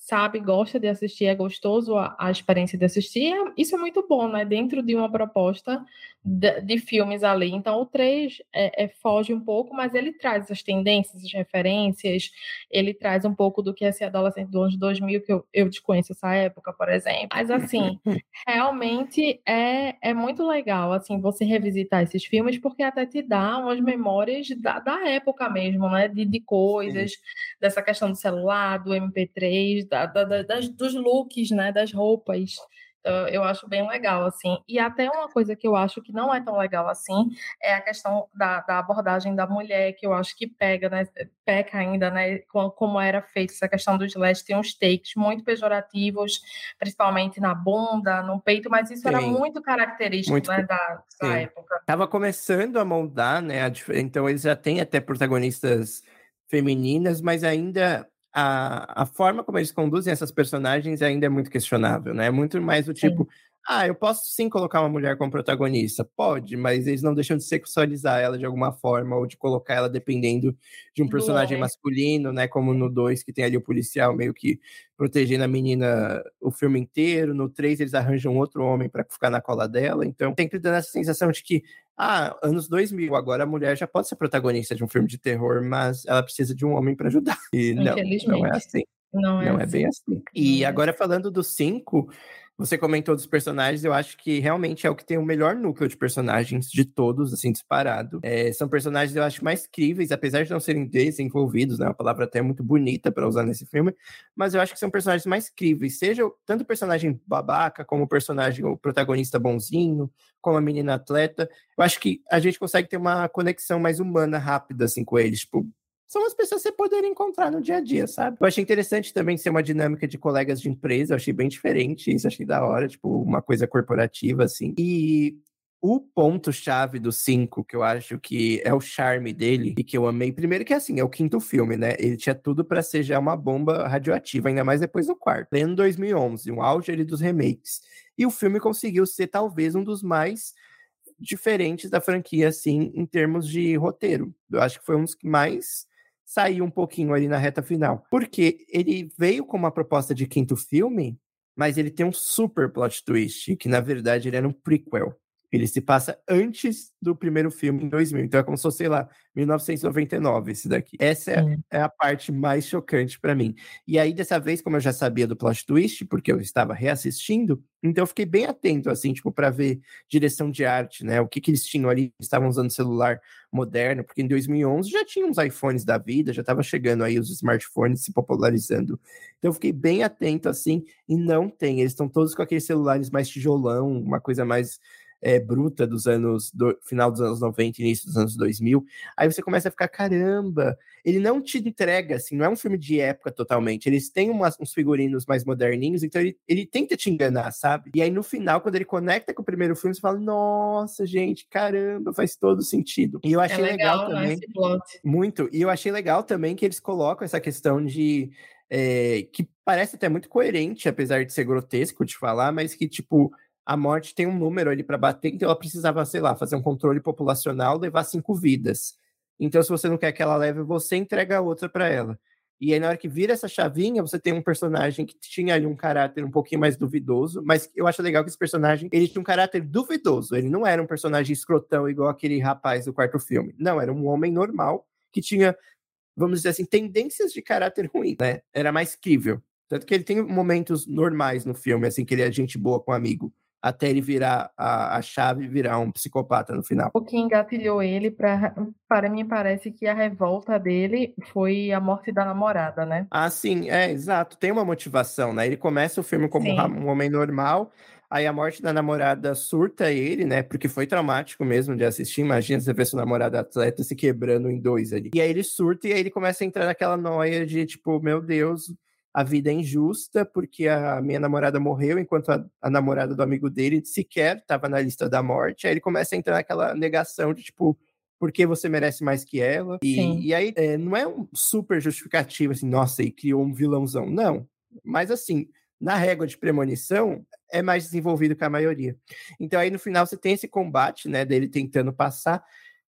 sabe, gosta de assistir, é gostoso a, a experiência de assistir, é, isso é muito bom, né? Dentro de uma proposta de, de filmes ali. Então, o três é, é, foge um pouco, mas ele traz as tendências, as referências, ele traz um pouco do que é ser adolescente dos anos dois mil, que eu, eu desconheço essa época, por exemplo. Mas, assim, realmente é, é muito legal, assim, você revisitar esses filmes, porque até te dá umas memórias da, da época mesmo, né? De, de Sim. coisas, dessa questão do celular, do M P três, da, da, da, das, dos looks, né? Das roupas. Então, eu acho bem legal, assim. E até uma coisa que eu acho que não é tão legal assim é a questão da, da abordagem da mulher, que eu acho que pega, né? Peca ainda, né? Como era feita essa questão do slash, tem uns takes muito pejorativos, principalmente na bunda, no peito, mas isso era Sim. muito característico, Muito, né, da, da sim. época. Tava começando a moldar, né? a dif- Então eles já têm até protagonistas femininas, mas ainda a, a forma como eles conduzem essas personagens ainda é muito questionável, né? É muito mais do Sim, tipo, ah, eu posso sim colocar uma mulher como protagonista, pode, mas eles não deixam de sexualizar ela de alguma forma ou de colocar ela dependendo de um do personagem homem. masculino, né? Como no dois que tem ali o policial meio que protegendo a menina o filme inteiro. No três eles arranjam outro homem para ficar na cola dela. Então, sempre dando essa sensação de que, ah, anos dois mil, agora a mulher já pode ser protagonista de um filme de terror, mas ela precisa de um homem para ajudar. E não, não é Infelizmente. assim. Não é Não é bem assim. assim. Não E é assim. agora falando dos cinco, você comentou dos personagens, eu acho que realmente é o que tem o melhor núcleo de personagens de todos, assim, disparado. É, são personagens, eu acho, mais críveis, apesar de não serem desenvolvidos, né? Uma palavra até muito bonita para usar nesse filme, mas eu acho que são personagens mais críveis, seja tanto o personagem babaca, como o personagem, o protagonista bonzinho, como a menina atleta. Eu acho que a gente consegue ter uma conexão mais humana, rápida, assim, com eles. Tipo, são as pessoas que você poderia encontrar no dia a dia, sabe? Eu achei interessante também ser uma dinâmica de colegas de empresa, eu achei bem diferente isso, achei da hora, tipo, uma coisa corporativa, assim. E o ponto-chave do cinco, que eu acho que é o charme dele, e que eu amei, primeiro que assim, é o quinto filme, né? Ele tinha tudo pra ser já uma bomba radioativa, ainda mais depois do quarto. Pleno dois mil e onze, um auge ali dos remakes. E o filme conseguiu ser talvez um dos mais diferentes da franquia, assim, em termos de roteiro. Eu acho que foi um dos que mais saiu um pouquinho ali na reta final. Porque ele veio com uma proposta de quinto filme, mas ele tem um super plot twist, que na verdade ele era um prequel. Ele se passa antes do primeiro filme, em dois mil. Então é como se fosse, sei lá, mil novecentos e noventa e nove esse daqui. Essa é, Sim. é a parte mais chocante para mim. E aí, dessa vez, como eu já sabia do plot twist, porque eu estava reassistindo, então eu fiquei bem atento, assim, tipo, para ver direção de arte, né? O que que eles tinham ali, estavam usando celular moderno, porque em dois mil e onze já tinha uns iPhones da vida, já estava chegando aí os smartphones se popularizando. Então eu fiquei bem atento, assim, e não tem, eles estão todos com aqueles celulares mais tijolão, uma coisa mais é, bruta dos anos, do final dos anos noventa, início dos anos dois mil. Aí você começa a ficar, caramba, ele não te entrega, assim, não é um filme de época totalmente. Eles têm umas, uns figurinos mais moderninhos, então ele, ele tenta te enganar, sabe? E aí no final, quando ele conecta com o primeiro filme, você fala, nossa, gente, caramba, faz todo sentido. E eu É achei legal legal, né, também, esse plot. muito, e eu achei legal também que eles colocam essa questão de. É, que parece até muito coerente, apesar de ser grotesco de falar, mas que, tipo, a morte tem um número ali para bater, então ela precisava, sei lá, fazer um controle populacional, levar cinco vidas. Então, se você não quer que ela leve, você entrega a outra para ela. E aí, na hora que vira essa chavinha, você tem um personagem que tinha ali um caráter um pouquinho mais duvidoso, mas eu acho legal que esse personagem, ele tinha um caráter duvidoso, ele não era um personagem escrotão igual aquele rapaz do quarto filme. Não, era um homem normal que tinha, vamos dizer assim, tendências de caráter ruim, né? Era mais crível. Tanto que ele tem momentos normais no filme, assim, que ele é gente boa com um amigo, até ele virar a, a chave e virar um psicopata no final. O que engatilhou ele, pra, para mim, parece que a revolta dele foi a morte da namorada, né? Ah, sim, é, exato. Tem uma motivação, né? Ele começa o filme como um ra- Sim, um homem normal, aí a morte da namorada surta ele, né? Porque foi traumático mesmo de assistir. Imagina você ver sua namorada atleta se quebrando em dois ali. E aí ele surta e aí ele começa a entrar naquela noia de tipo, meu Deus, a vida é injusta porque a minha namorada morreu enquanto a, a namorada do amigo dele sequer estava na lista da morte. Aí ele começa a entrar naquela negação de tipo, porque você merece mais que ela. E, sim. e aí, é, não é um super justificativo, assim, nossa, e criou um vilãozão. Não. Mas, assim, na régua de premonição, é mais desenvolvido que a maioria. Então, aí, no final, você tem esse combate, né, dele tentando passar.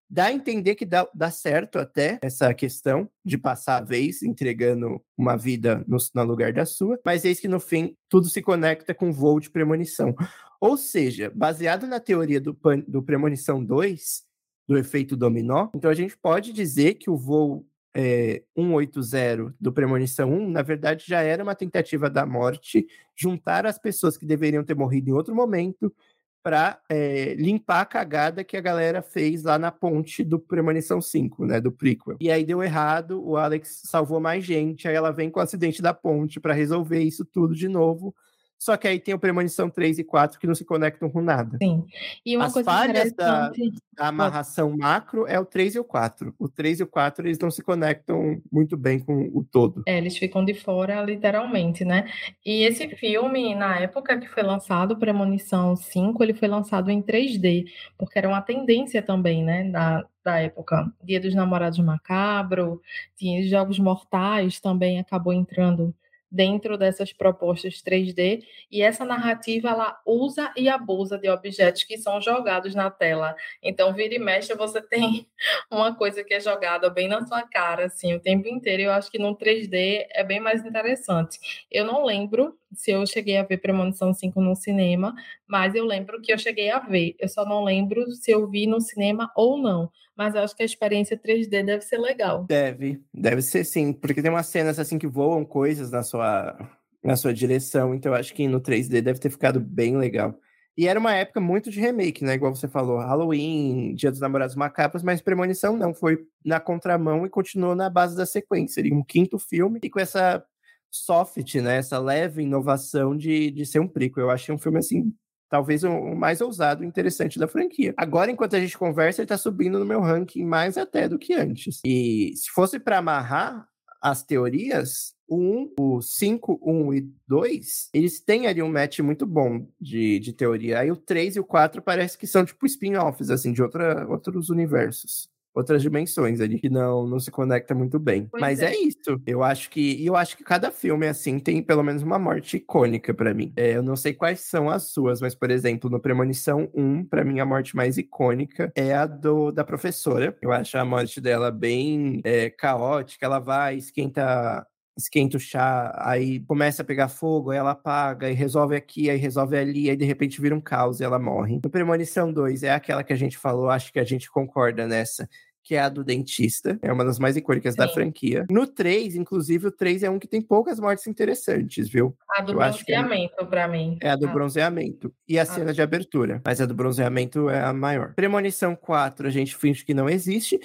dá a entender que dá, dá certo até essa questão de passar a vez entregando uma vida no, no lugar da sua, mas eis que no fim tudo se conecta com voo de premonição. Ou seja, baseado na teoria do, do Premonição dois, do efeito dominó, então a gente pode dizer que o voo é, cento e oitenta do Premonição um, na verdade, já era uma tentativa da morte juntar as pessoas que deveriam ter morrido em outro momento para é, limpar a cagada que a galera fez lá na ponte do Premonição cinco, né, do prequel. E aí deu errado, o Alex salvou mais gente, aí ela vem com o acidente da ponte para resolver isso tudo de novo. Só que aí tem o Premonição três e quatro que não se conectam com nada. Sim. E uma As coisa falhas da, interessante... da amarração macro é o três e o quatro. O três e o quatro, eles não se conectam muito bem com o todo. É, eles ficam de fora, literalmente, né? E esse filme, na época que foi lançado, Premonição cinco, ele foi lançado em três D, porque era uma tendência também, né, da, da época. Dia dos Namorados Macabro, tinha Jogos Mortais também acabou entrando dentro dessas propostas três D, e essa narrativa, ela usa e abusa de objetos que são jogados na tela. Então, vira e mexe, você tem uma coisa que é jogada bem na sua cara, assim, o tempo inteiro. Eu acho que no três D é bem mais interessante. Eu não lembro se eu cheguei a ver Premonição cinco no cinema, mas eu lembro que eu cheguei a ver. Eu só não lembro se eu vi no cinema ou não. Mas eu acho que a experiência três D deve ser legal. Deve, deve ser sim, porque tem umas cenas assim que voam coisas na sua, na sua direção, então eu acho que no três D deve ter ficado bem legal. E era uma época muito de remake, né? Igual você falou, Halloween, Dia dos Namorados Macabros, mas Premonição não, foi na contramão e continuou na base da sequência. Seria um quinto filme e com essa soft, né? Essa leve inovação de, de ser um prequel. Eu achei um filme assim, talvez o, o mais ousado e interessante da franquia. Agora, enquanto a gente conversa, ele tá subindo no meu ranking mais até do que antes. E se fosse para amarrar as teorias, o um, o cinco, um e dois, eles têm ali um match muito bom de, de teoria. Aí o três e o quatro parece que são tipo spin-offs, assim, de outra, outros universos. Outras dimensões ali, que não, não se conecta muito bem. Pois Mas é. é isso. Eu acho que e eu acho que cada filme, assim, tem pelo menos uma morte icônica pra mim. É, eu não sei quais são as suas, mas, por exemplo, no Premonição um, pra mim, a morte mais icônica é a do, da professora. Eu acho a morte dela bem é, caótica. Ela vai, esquenta esquenta o chá, aí começa a pegar fogo, aí ela apaga, e resolve aqui, aí resolve ali, aí de repente vira um caos e ela morre. No Premonição dois é aquela que a gente falou, acho que a gente concorda nessa, que é a do dentista, é uma das mais icônicas Sim. da franquia. No três, inclusive, o três é um que tem poucas mortes interessantes, viu? A do Eu acho que é, bronzeamento, pra mim. é a do A- bronzeamento. E a a- cena de abertura, mas a do bronzeamento é a maior. Premonição quatro, a gente finge que não existe.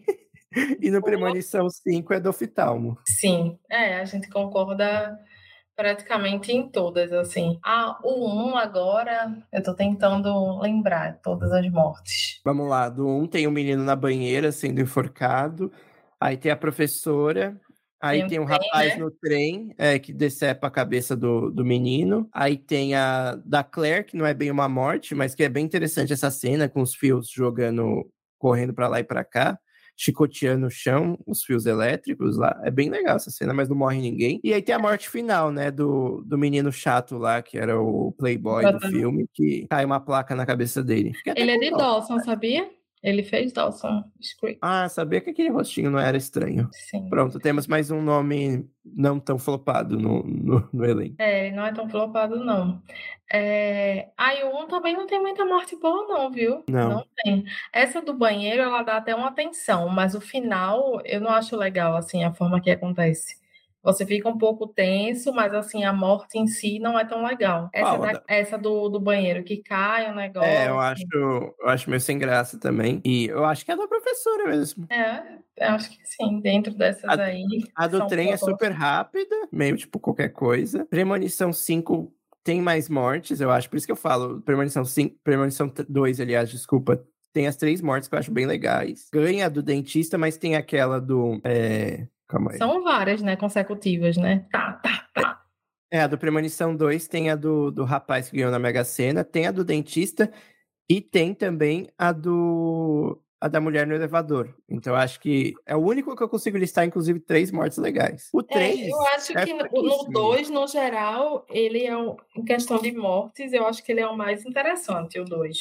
E no Premonição cinco é do oftalmo. Sim, é, a gente concorda praticamente em todas, assim. Ah, o um agora, eu tô tentando lembrar todas as mortes. Vamos lá, do um tem o menino na banheira sendo enforcado, aí tem a professora, aí Tem o tem um trem, rapaz né? no trem é, que decepa a cabeça do, do menino, aí tem a da Claire, que não é bem uma morte, mas que é bem interessante essa cena com os fios jogando, correndo pra lá e pra cá, chicoteando o chão, os fios elétricos lá, é bem legal essa cena, mas não morre ninguém. E aí tem a morte final, né, do, do menino chato lá, que era o playboy do filme, que cai uma placa na cabeça dele. Fiquei até Ele é com de dó. Dawson, sabia? Ele fez Dawson Creek. Ah, sabia que aquele rostinho não era estranho. Sim. Pronto, temos mais um nome não tão flopado no, no, no elenco. É, ele não é tão flopado, não. É... Ah, e o um também não tem muita morte boa, não, viu? Não. Não tem. Essa do banheiro, ela dá até uma tensão, mas o final eu não acho legal, assim, a forma que acontece. Você fica um pouco tenso, mas assim, a morte em si não é tão legal. Essa, Qual? da, essa do, do banheiro que cai o É, eu negócio. acho, eu acho meio sem graça também. E eu acho que é da professora mesmo. É, eu acho que sim, dentro dessas A, aí, a que do são trem é propostas. super rápida, meio tipo qualquer coisa. Premonição cinco tem mais mortes, eu acho. Por isso que eu falo, Premonição cinco, Premonição dois, aliás, desculpa, tem as três mortes que eu acho bem legais. Ganha a do dentista, mas tem aquela do... É... Calma aí. São várias, né, consecutivas, né? Tá, tá, tá. É, a do Premonição dois tem a do, do rapaz que ganhou na Mega Sena, tem a do dentista e tem também a do a da mulher no elevador. Então acho que é o único que eu consigo listar, inclusive, três mortes legais. O É, três eu acho é que no fraquíssimo. dois, no geral, ele é, um, em questão de mortes, eu acho que ele é o mais interessante, o dois.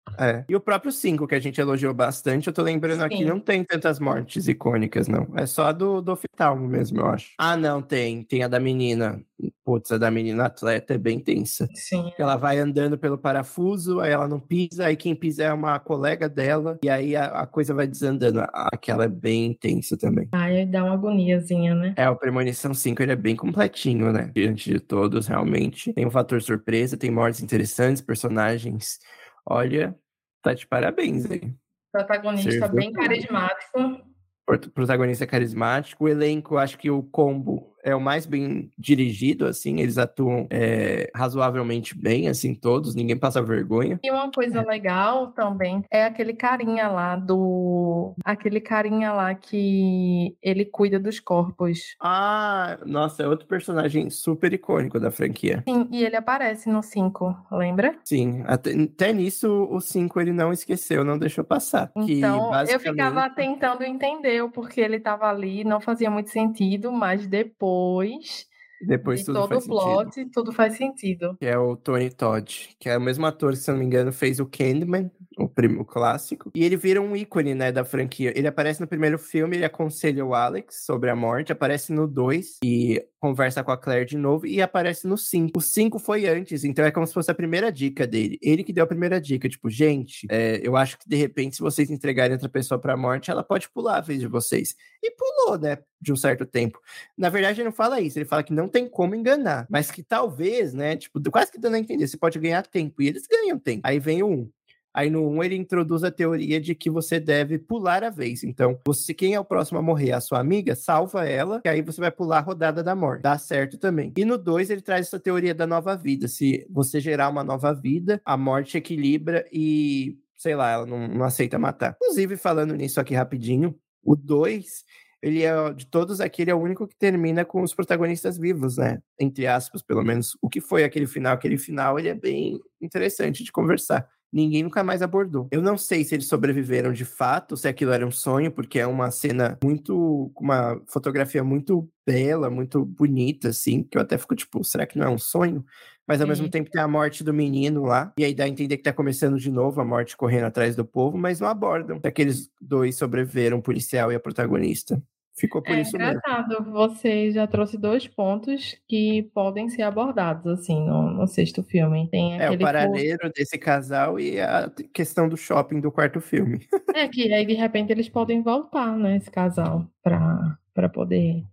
É. E o próprio cinco, que a gente elogiou bastante, eu tô lembrando aqui, não Sim. tem tantas mortes icônicas, não. É só a do, do oftalmo mesmo, eu acho. Ah, não, tem. Tem a da menina. Putz, a da menina atleta é bem tensa. Sim. Ela vai andando pelo parafuso, aí ela não pisa, aí quem pisa é uma colega dela, e aí a, a coisa vai desandando. Aquela é bem tensa também. Aí dá uma agoniazinha, né? É, o Premonição cinco, ele é bem completinho, né? Diante de todos, realmente. Tem um fator surpresa, tem mortes interessantes, personagens. Olha, tá de parabéns, hein? Protagonista Serviu bem tudo. carismático. Prot- Protagonista carismático. O elenco, acho que o combo é o mais bem dirigido, assim. Eles atuam é, razoavelmente bem, assim, todos. Ninguém passa vergonha. E uma coisa legal também é aquele carinha lá do. Aquele carinha lá que ele cuida dos corpos. Ah, nossa, é outro personagem super icônico da franquia. Sim, e ele aparece no cinco, lembra? Sim, até, até nisso o cinco ele não esqueceu, não deixou passar. Que Então, eu basicamente. ficava tentando entender o porquê ele estava ali, não fazia muito sentido, mas depois Depois de tudo todo faz o sentido. plot, tudo faz sentido. Que é o Tony Todd, que é o mesmo ator que, se eu não me engano, fez o Candyman, o, prim- o clássico. E ele vira um ícone, né, da franquia. Ele aparece no primeiro filme, ele aconselha o Alex sobre a morte, aparece no dois e conversa com a Claire de novo, e aparece no cinco. O cinco foi antes, então é como se fosse a primeira dica dele. Ele que deu a primeira dica, tipo, gente, é, eu acho que de repente, se vocês entregarem outra pessoa pra morte, ela pode pular a vez de vocês. E pulou, né, de um certo tempo. Na verdade, ele não fala isso, ele fala que não tem como enganar, mas que talvez, né, tipo, quase que dando a entender, você pode ganhar tempo, e eles ganham tempo. Aí vem o um. Aí no um ele introduz a teoria de que você deve pular a vez. Então, você, quem é o próximo a morrer? A sua amiga? Salva ela, que aí você vai pular a rodada da morte. Dá certo também. E no dois ele traz essa teoria da nova vida. Se você gerar uma nova vida, a morte equilibra e, sei lá, ela não, não aceita matar. Inclusive, falando nisso aqui rapidinho, o dois ele é, de todos aqui, ele é o único que termina com os protagonistas vivos, né? Entre aspas, pelo menos. O que foi aquele final? Aquele final, ele é bem interessante de conversar. Ninguém nunca mais abordou. Eu não sei se eles sobreviveram de fato, se aquilo era um sonho, porque é uma cena muito, uma fotografia muito bela, muito bonita, assim, que eu até fico tipo, será que não é um sonho? Mas ao mesmo Sim. tempo tem a morte do menino lá, e aí dá a entender que tá começando de novo a morte correndo atrás do povo, mas não abordam se aqueles dois sobreviveram, o policial e a protagonista. Ficou por É isso mesmo. engraçado, você já trouxe dois pontos que podem ser abordados, assim, no, no sexto filme. Tem É, o aquele fu- paralelo desse casal e a questão do shopping do quarto filme. É que aí de repente eles podem voltar, né, esse casal, para para poder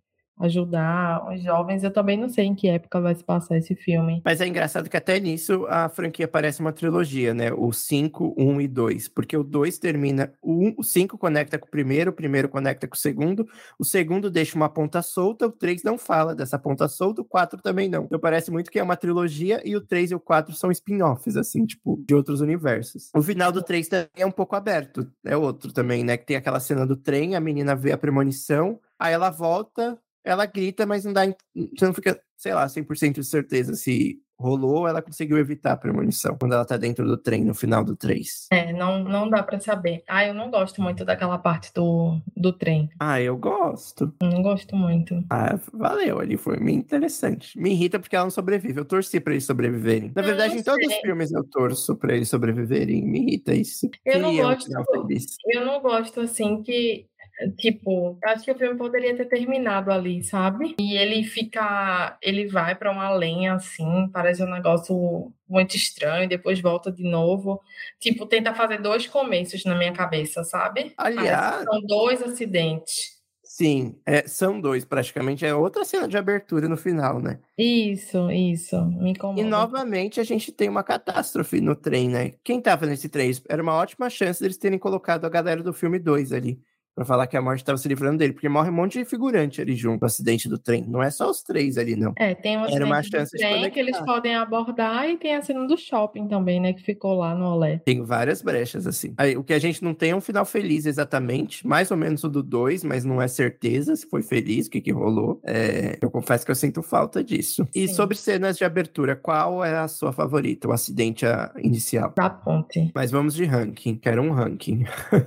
ajudar os jovens. Eu também não sei em que época vai se passar esse filme. Mas é engraçado que até nisso a franquia parece uma trilogia, né? O cinco, um e dois. Porque o dois termina. O, um, o cinco conecta com o primeiro, o primeiro conecta com o segundo, o segundo deixa uma ponta solta, o três não fala dessa ponta solta, o quatro também não. Então parece muito que é uma trilogia e o três e o quatro são spin-offs, assim, tipo, de outros universos. O final do três também é um pouco aberto. É outro também, né? Que tem aquela cena do trem, a menina vê a premonição, aí ela volta. Ela grita, mas não dá. Você não fica, sei lá, cem por cento de certeza se rolou ou ela conseguiu evitar a premonição quando ela tá dentro do trem, no final do três. É, não, não dá para saber. Ah, eu não gosto muito daquela parte do, do trem. Ah, eu gosto. Não gosto muito. Ah, valeu, ali foi bem interessante. Me irrita porque ela não sobrevive. Eu torci pra eles sobreviverem. Na Eu verdade, não em todos os sei. filmes eu torço pra eles sobreviverem. Me irrita isso. Eu não Queria um gosto, final feliz. eu não gosto assim que, tipo, acho que o filme poderia ter terminado ali, sabe? E ele fica, ele vai pra uma lenha assim, parece um negócio muito estranho, depois volta de novo. Tipo, tenta fazer dois começos na minha cabeça, sabe? Parece que Aliás, são dois acidentes. sim, é, são dois praticamente. É outra cena de abertura no final, né? Isso, isso, me E incomoda. novamente a gente tem uma catástrofe no trem, né? Quem tava nesse trem? Era uma ótima chance deles terem colocado a galera do filme dois ali. Pra falar que a morte tava se livrando dele. Porque morre um monte de figurante ali junto no acidente do trem. Não é só os três ali, não. É, tem o Era uma acidente do chance de trem que eles conectar. podem abordar e tem a cena do shopping também, né, que ficou lá no Olé. Tem várias brechas, assim. Aí, o que a gente não tem é um final feliz exatamente. Mais ou menos o do dois, mas não é certeza se foi feliz, o que, que rolou. É, eu confesso que eu sinto falta disso. E Sim. sobre cenas de abertura, qual é a sua favorita? O acidente a- inicial? Da ponte. Mas vamos de ranking. Quero um ranking.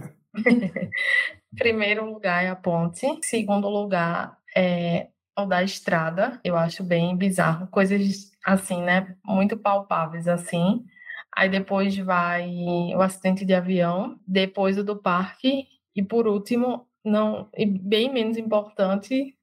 Primeiro lugar é a ponte. Segundo lugar é o da estrada. Eu acho bem bizarro. Coisas assim, né? Muito palpáveis assim. Aí depois vai o acidente de avião, depois o do parque, e por último, não, e bem menos importante,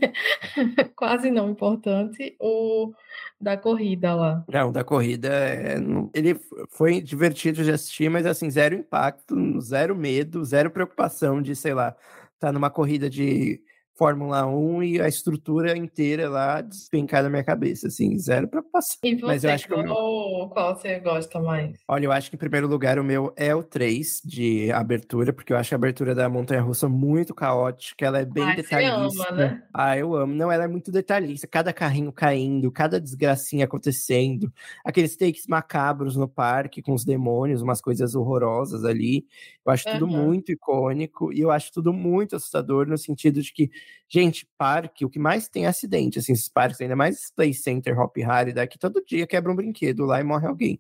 quase não importante, o da corrida lá. Não, da corrida, é, não- ele f- foi divertido de assistir, mas assim, zero impacto, zero medo, zero preocupação de, sei lá, tá numa corrida de Fórmula Um e a estrutura inteira lá despencar na minha cabeça, assim, zero preocupação. E Mas eu você, acho que o meu, qual, qual você gosta mais? olha, eu acho que em primeiro lugar o meu é o três de abertura, porque eu acho a abertura da Montanha-Russa muito caótica, ela é bem Ai, você ama, detalhista. né? Ah, eu amo. Não, ela é muito detalhista, cada carrinho caindo, cada desgracinha acontecendo, aqueles takes macabros no parque com os demônios, umas coisas horrorosas ali. Eu acho tudo Aham. muito icônico e eu acho tudo muito assustador no sentido de que, gente, parque, o que mais tem é acidente, assim, esses parques, ainda mais esse Play Center, Hop Harry, daqui todo dia quebra um brinquedo lá e morre alguém.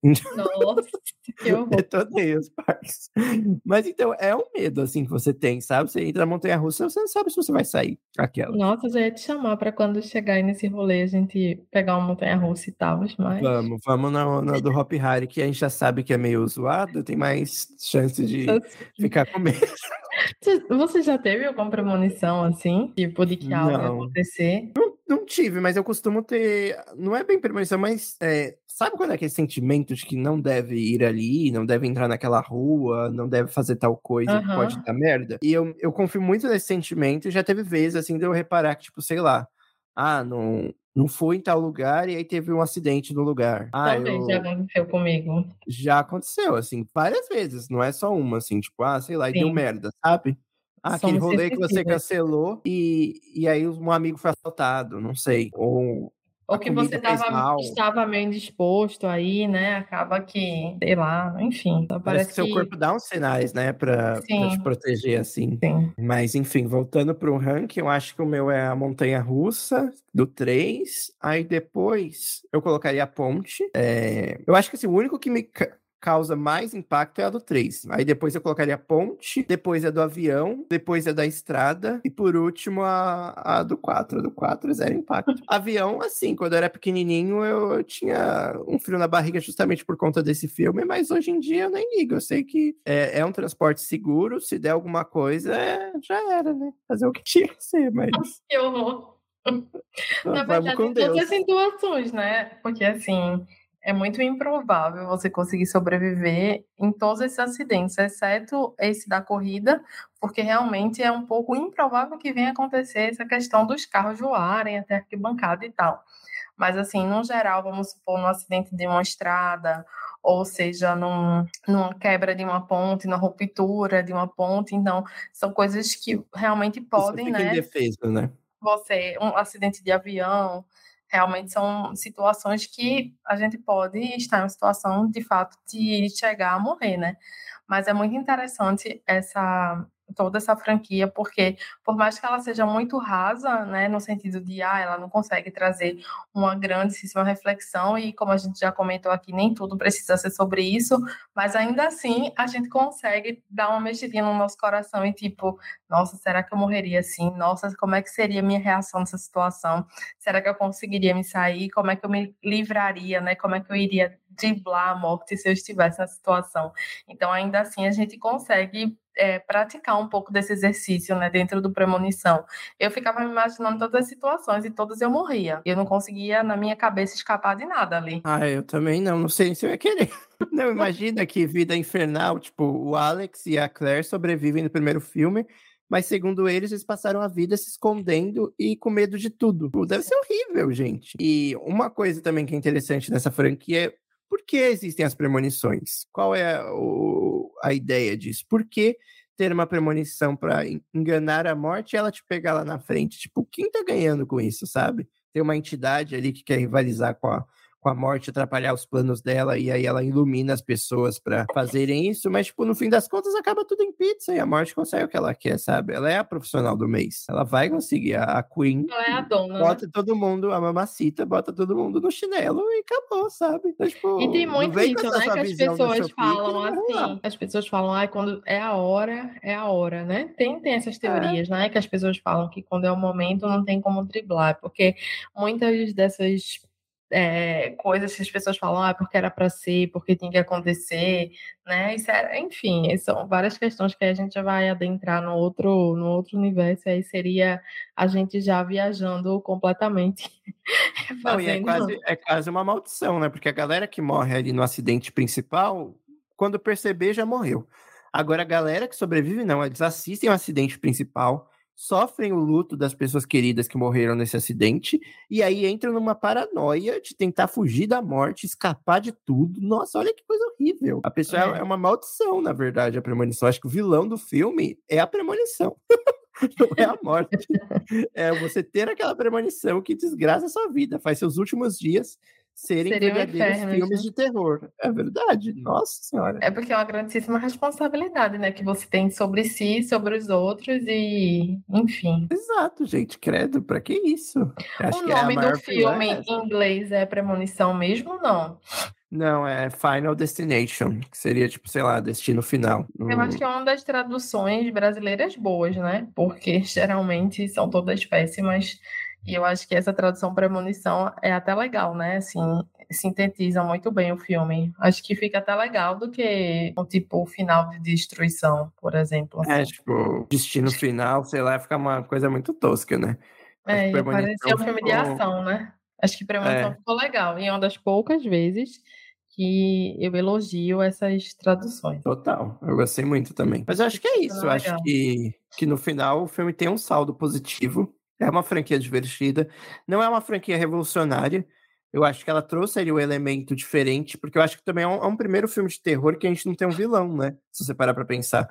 Nossa, que horror. Detonei os parques. Mas então, é um medo, assim, que você tem, sabe? Você entra na montanha-russa, você não sabe se você vai sair aquela. Nossa, já ia te chamar para quando chegar aí nesse rolê a gente pegar uma montanha-russa e tal, mas Vamos, vamos na, na do Hop Hari, que a gente já sabe que é meio zoado, tem mais chance de ficar com medo. Você você já teve alguma premonição assim, tipo de que algo ia Não, acontecer? não tive, mas eu costumo ter. Não é bem premonição, mas é, sabe quando é aquele sentimento de que não deve ir ali, não deve entrar naquela rua, não deve fazer tal coisa que pode Aham, dar merda? E eu, eu confio muito nesse sentimento e já teve vezes assim de eu reparar que, tipo, sei lá, ah, não, não fui em tal lugar e aí teve um acidente no lugar. Ah, também já eu. aconteceu comigo. Já aconteceu, assim, várias vezes, não é só uma, assim, tipo, ah, sei lá, e deu Sim, merda, sabe? Ah, aquele somos rolê que você sensíveis. cancelou e, e aí um amigo foi assaltado, não sei. Ou a Ou que você comida fez tava, mal. estava meio indisposto aí, né? Acaba que, sei lá, enfim. Então Parece que parece seu que corpo dá uns sinais, né, pra, pra te sim, proteger, assim. sim. Mas, enfim, voltando pro ranking, eu acho que o meu é a montanha-russa, do três. Aí depois eu colocaria a ponte. É, eu acho que assim, o único que me ca- causa mais impacto é a do três. Aí depois eu colocaria a ponte, depois a do avião, depois a da estrada e por último a, a do quatro. A do quatro, zero impacto. Avião, assim, quando eu era pequenininho eu, eu tinha um frio na barriga justamente por conta desse filme, mas hoje em dia eu nem ligo. Eu sei que é, é um transporte seguro, se der alguma coisa, é, já era, né? Fazer o que tinha que ser, mas Que horror. Na vamos verdade, com em todas as Deus. situações, né? Porque assim, é muito improvável você conseguir sobreviver em todos esses acidentes, exceto esse da corrida, porque realmente é um pouco improvável que venha acontecer essa questão dos carros voarem até a arquibancada e tal. Mas assim, no geral, vamos supor, no acidente de uma estrada, ou seja, num, numa quebra de uma ponte, na ruptura de uma ponte, então são coisas que realmente Você podem, fica né, indefeso, né? você, um acidente de avião, realmente são situações que a gente pode estar em uma situação de fato de chegar a morrer, né? Mas é muito interessante essa toda essa franquia, porque por mais que ela seja muito rasa, né, no sentido de ah, ela não consegue trazer uma grandíssima reflexão e como a gente já comentou aqui, nem tudo precisa ser sobre isso, mas ainda assim a gente consegue dar uma mexidinha no nosso coração e tipo nossa, será que eu morreria assim? Nossa, como é que seria a minha reação nessa situação? Será que eu conseguiria me sair? Como é que eu me livraria, né? Como é que eu iria driblar a morte se eu estivesse nessa situação? Então, ainda assim, a gente consegue é, praticar um pouco desse exercício, né, dentro do premonição. Eu ficava me imaginando todas as situações e todas eu morria. Eu não conseguia, na minha cabeça, escapar de nada ali. Ah, eu também não, não sei se eu ia querer. Não, imagina que vida infernal, tipo, o Alex e a Claire sobrevivem no primeiro filme, mas segundo eles, eles passaram a vida se escondendo e com medo de tudo. Pô, deve ser horrível, gente. E uma coisa também que é interessante nessa franquia é por que existem as premonições? Qual é o- a ideia disso? Por que ter uma premonição para enganar a morte e ela te pegar lá na frente? Tipo, quem tá ganhando com isso, sabe? Tem uma entidade ali que quer rivalizar com a com a morte atrapalhar os planos dela e aí ela ilumina as pessoas para fazerem isso, mas tipo, no fim das contas acaba tudo em pizza e a morte consegue o que ela quer, sabe? Ela é a profissional do mês. Ela vai conseguir a, a Queen Ela é a dona, né? bota todo mundo, a mamacita, bota todo mundo no chinelo e acabou, sabe? Então, E tem tipo, não muito vem com isso, essa né? sua Que as visão do pessoas Shopee que falam não vai rolar. assim. As pessoas falam, ai, quando é a hora, é a hora, né? Tem, tem essas É. teorias, né? Que as pessoas falam que quando é o momento não tem como driblar, porque muitas dessas é, coisas que as pessoas falam, ah, porque era para ser, porque tinha que acontecer, né? Isso era, enfim, são várias questões que a gente já vai adentrar no outro, no outro universo, aí seria a gente já viajando completamente, Não, e é fazendo... quase, é quase uma maldição, né? Porque a galera que morre ali no acidente principal, quando perceber, já morreu. Agora, a galera que sobrevive, não, eles assistem o acidente principal, sofrem o luto das pessoas queridas que morreram nesse acidente, e aí entram numa paranoia de tentar fugir da morte, escapar de tudo. Nossa, olha que coisa horrível. A pessoa é, É. é uma maldição, na verdade, a premonição. Acho que o vilão do filme é a premonição. Não é a morte. É você ter aquela premonição que desgraça a sua vida, faz seus últimos dias serem Seria um verdadeiros inferno, filmes né? de terror. É verdade. Nossa Senhora. É porque é uma grandíssima responsabilidade, né, que você tem sobre si, sobre os outros e, enfim. Exato, gente. Credo, pra que isso? Eu O acho que é a nome do maior vilã é filme essa. em inglês é Premonição mesmo, não? Não, é Final Destination, que seria tipo, sei lá, Destino Final. Eu acho Hum, que é uma das traduções brasileiras boas, né? Porque geralmente são todas péssimas. E eu acho que essa tradução Premonição é até legal, né? Assim, sintetiza muito bem o filme. Acho que fica até legal do que o tipo final de destruição, por exemplo, É, assim. tipo, Destino Final, sei lá, fica uma coisa muito tosca, né? Acho que É, ia parecer Premonição um filme de ficou. ação, né? Acho que Premonição É, ficou legal. E é uma das poucas vezes que eu elogio essas traduções. total, eu gostei muito também. Mas eu acho que é Funciona isso, eu acho legal. que, que no final o filme tem um saldo positivo, é uma franquia divertida, não é uma franquia revolucionária, eu acho que ela trouxe ali um elemento diferente, porque eu acho que também é um, é um primeiro filme de terror que a gente não tem um vilão, né? Se você parar pra pensar.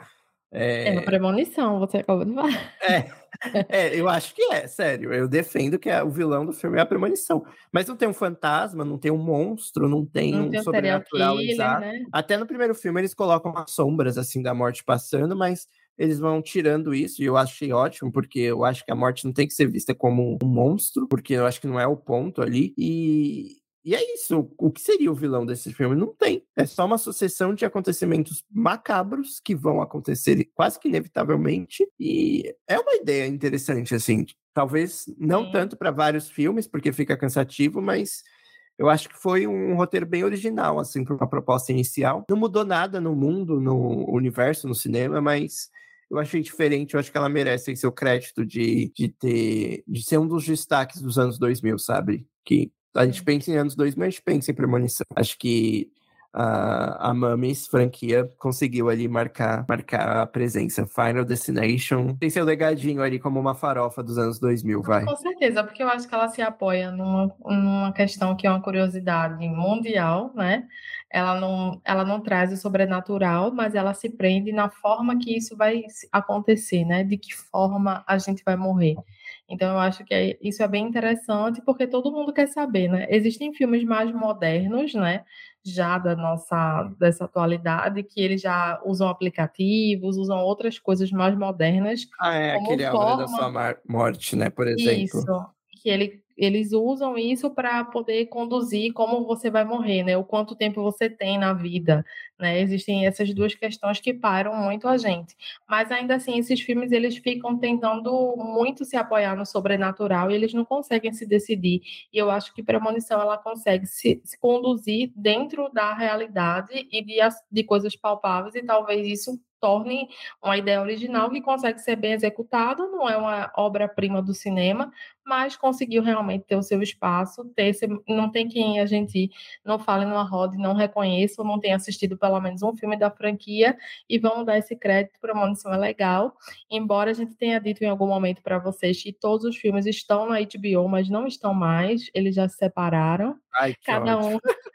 É uma É, premonição, você acabou de falar. é, é, eu acho que é, sério. Eu defendo que é, o vilão do filme é a premonição. Mas não tem um fantasma, não tem um monstro, não tem Não um tem um serial sobrenatural killer, exato. né? Até no primeiro filme eles colocam as sombras, assim, da morte passando, mas eles vão tirando isso, e eu achei ótimo, porque eu acho que a morte não tem que ser vista como um monstro, porque eu acho que não é o ponto ali. E, e é isso. O que seria o vilão desse filme? Não tem. É só uma sucessão de acontecimentos macabros que vão acontecer quase que inevitavelmente. E é uma ideia interessante, assim. Talvez não Sim. tanto para vários filmes, porque fica cansativo, mas eu acho que foi um roteiro bem original, assim, para uma proposta inicial. Não mudou nada no mundo, no universo, no cinema, mas eu achei diferente. Eu acho que ela merece aí seu crédito de, de ter, de ser um dos destaques dos anos dois mil, sabe? Que a gente Sim. pensa em anos dois mil, a gente pensa em premonição. Acho que a, a Mummies franquia conseguiu ali marcar, marcar a presença. Final Destination tem seu legadinho ali como uma farofa dos anos dois mil, vai. Com certeza, porque eu acho que ela se apoia numa, numa questão que é uma curiosidade mundial, né? Ela não, ela não traz o sobrenatural, mas ela se prende na forma que isso vai se- acontecer, né? De que forma a gente vai morrer. Então, eu acho que é- isso é bem interessante, porque todo mundo quer saber, né? Existem filmes mais modernos, né? Já da nossa, dessa atualidade, que eles já usam aplicativos, usam outras coisas mais modernas Ah, é como aquele A Hora da Sua forma. Mar- Morte, né, por Isso, exemplo. que ele, eles usam isso para poder conduzir como você vai morrer, né? O quanto tempo você tem na vida, né? Existem essas duas questões que param muito a gente. Mas ainda assim, esses filmes eles ficam tentando muito se apoiar no sobrenatural e eles não conseguem se decidir. E eu acho que Premonição ela consegue se, se conduzir dentro da realidade e de, as- de coisas palpáveis e talvez isso torne uma ideia original que consegue ser bem executada, não é uma obra-prima do cinema, mas conseguiu realmente ter o seu espaço, ter esse, não tem quem a gente não fale numa roda e não reconheça ou não tenha assistido pelo menos um filme da franquia e vamos dar esse crédito para a Premonição é legal, embora a gente tenha dito em algum momento para vocês que todos os filmes estão na H B O, mas não estão mais, eles já se separaram, Ai, que cada ódio. um,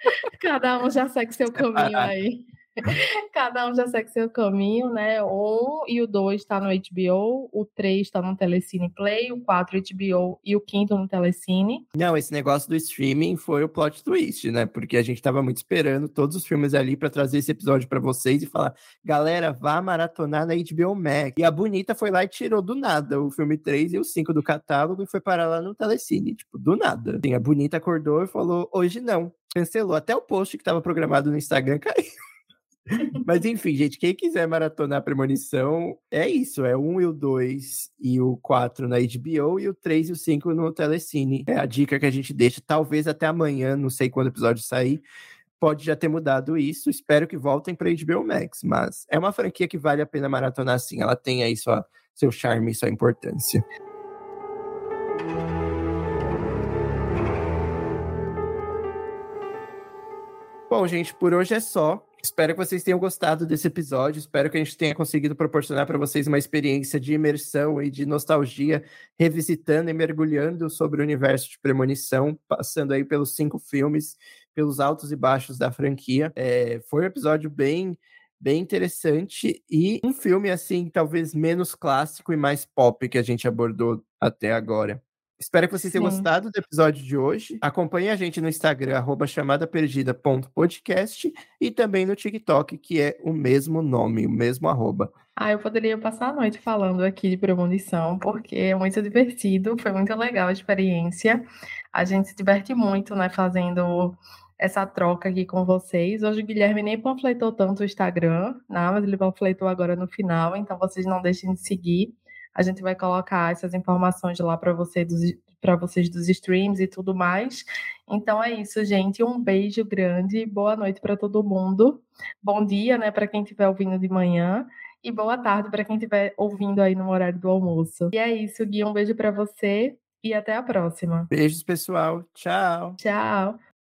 cada um já segue seu caminho Separar. aí. Cada um já segue seu caminho, né? O um e o dois está no H B O, o três está no Telecine Play, o quatro H B O e o quinto no Telecine. Não, esse negócio do streaming foi o plot twist, né? Porque a gente tava muito esperando todos os filmes ali pra trazer esse episódio pra vocês e falar, galera, vá maratonar na H B O Max. E a Bonita foi lá e tirou do nada o filme três e o cinco do catálogo e foi parar lá no Telecine, tipo, do nada. Assim, a Bonita acordou e falou, hoje não. Cancelou. Até o post que tava programado no Instagram caiu. Mas enfim, gente, quem quiser maratonar Premonição, é isso, é o um e o dois e o quatro na H B O e o três e o cinco no Telecine. É a dica que a gente deixa, talvez até amanhã, não sei quando o episódio sair, pode já ter mudado isso, espero que voltem para H B O Max, mas é uma franquia que vale a pena maratonar sim, ela tem aí sua, seu charme e sua importância. Bom, gente, por hoje é só. Espero que vocês tenham gostado desse episódio. Espero que a gente tenha conseguido proporcionar para vocês uma experiência de imersão e de nostalgia, revisitando e mergulhando sobre o universo de Premonição, passando aí pelos cinco filmes, pelos altos e baixos da franquia. É, foi um episódio bem, bem interessante e um filme, assim, talvez menos clássico e mais pop que a gente abordou até agora. Espero que vocês tenham Sim. gostado do episódio de hoje. Acompanhe a gente no Instagram, arroba chamadaperdida ponto podcast e também no TikTok, que é o mesmo nome, o mesmo arroba. Ah, eu poderia passar a noite falando aqui de Premonição, porque é muito divertido, foi muito legal a experiência. A gente se diverte muito, né, fazendo essa troca aqui com vocês. Hoje o Guilherme nem panfletou tanto o Instagram, né, mas ele panfletou agora no final, então vocês não deixem de seguir. A gente vai colocar essas informações lá para você dos, para vocês dos streams e tudo mais. Então é isso, gente. Um beijo grande, boa noite para todo mundo. Bom dia, né, para quem estiver ouvindo de manhã. E boa tarde para quem estiver ouvindo aí no horário do almoço. E é isso, Gui. Um beijo para você e até a próxima. Beijos, pessoal. Tchau. Tchau.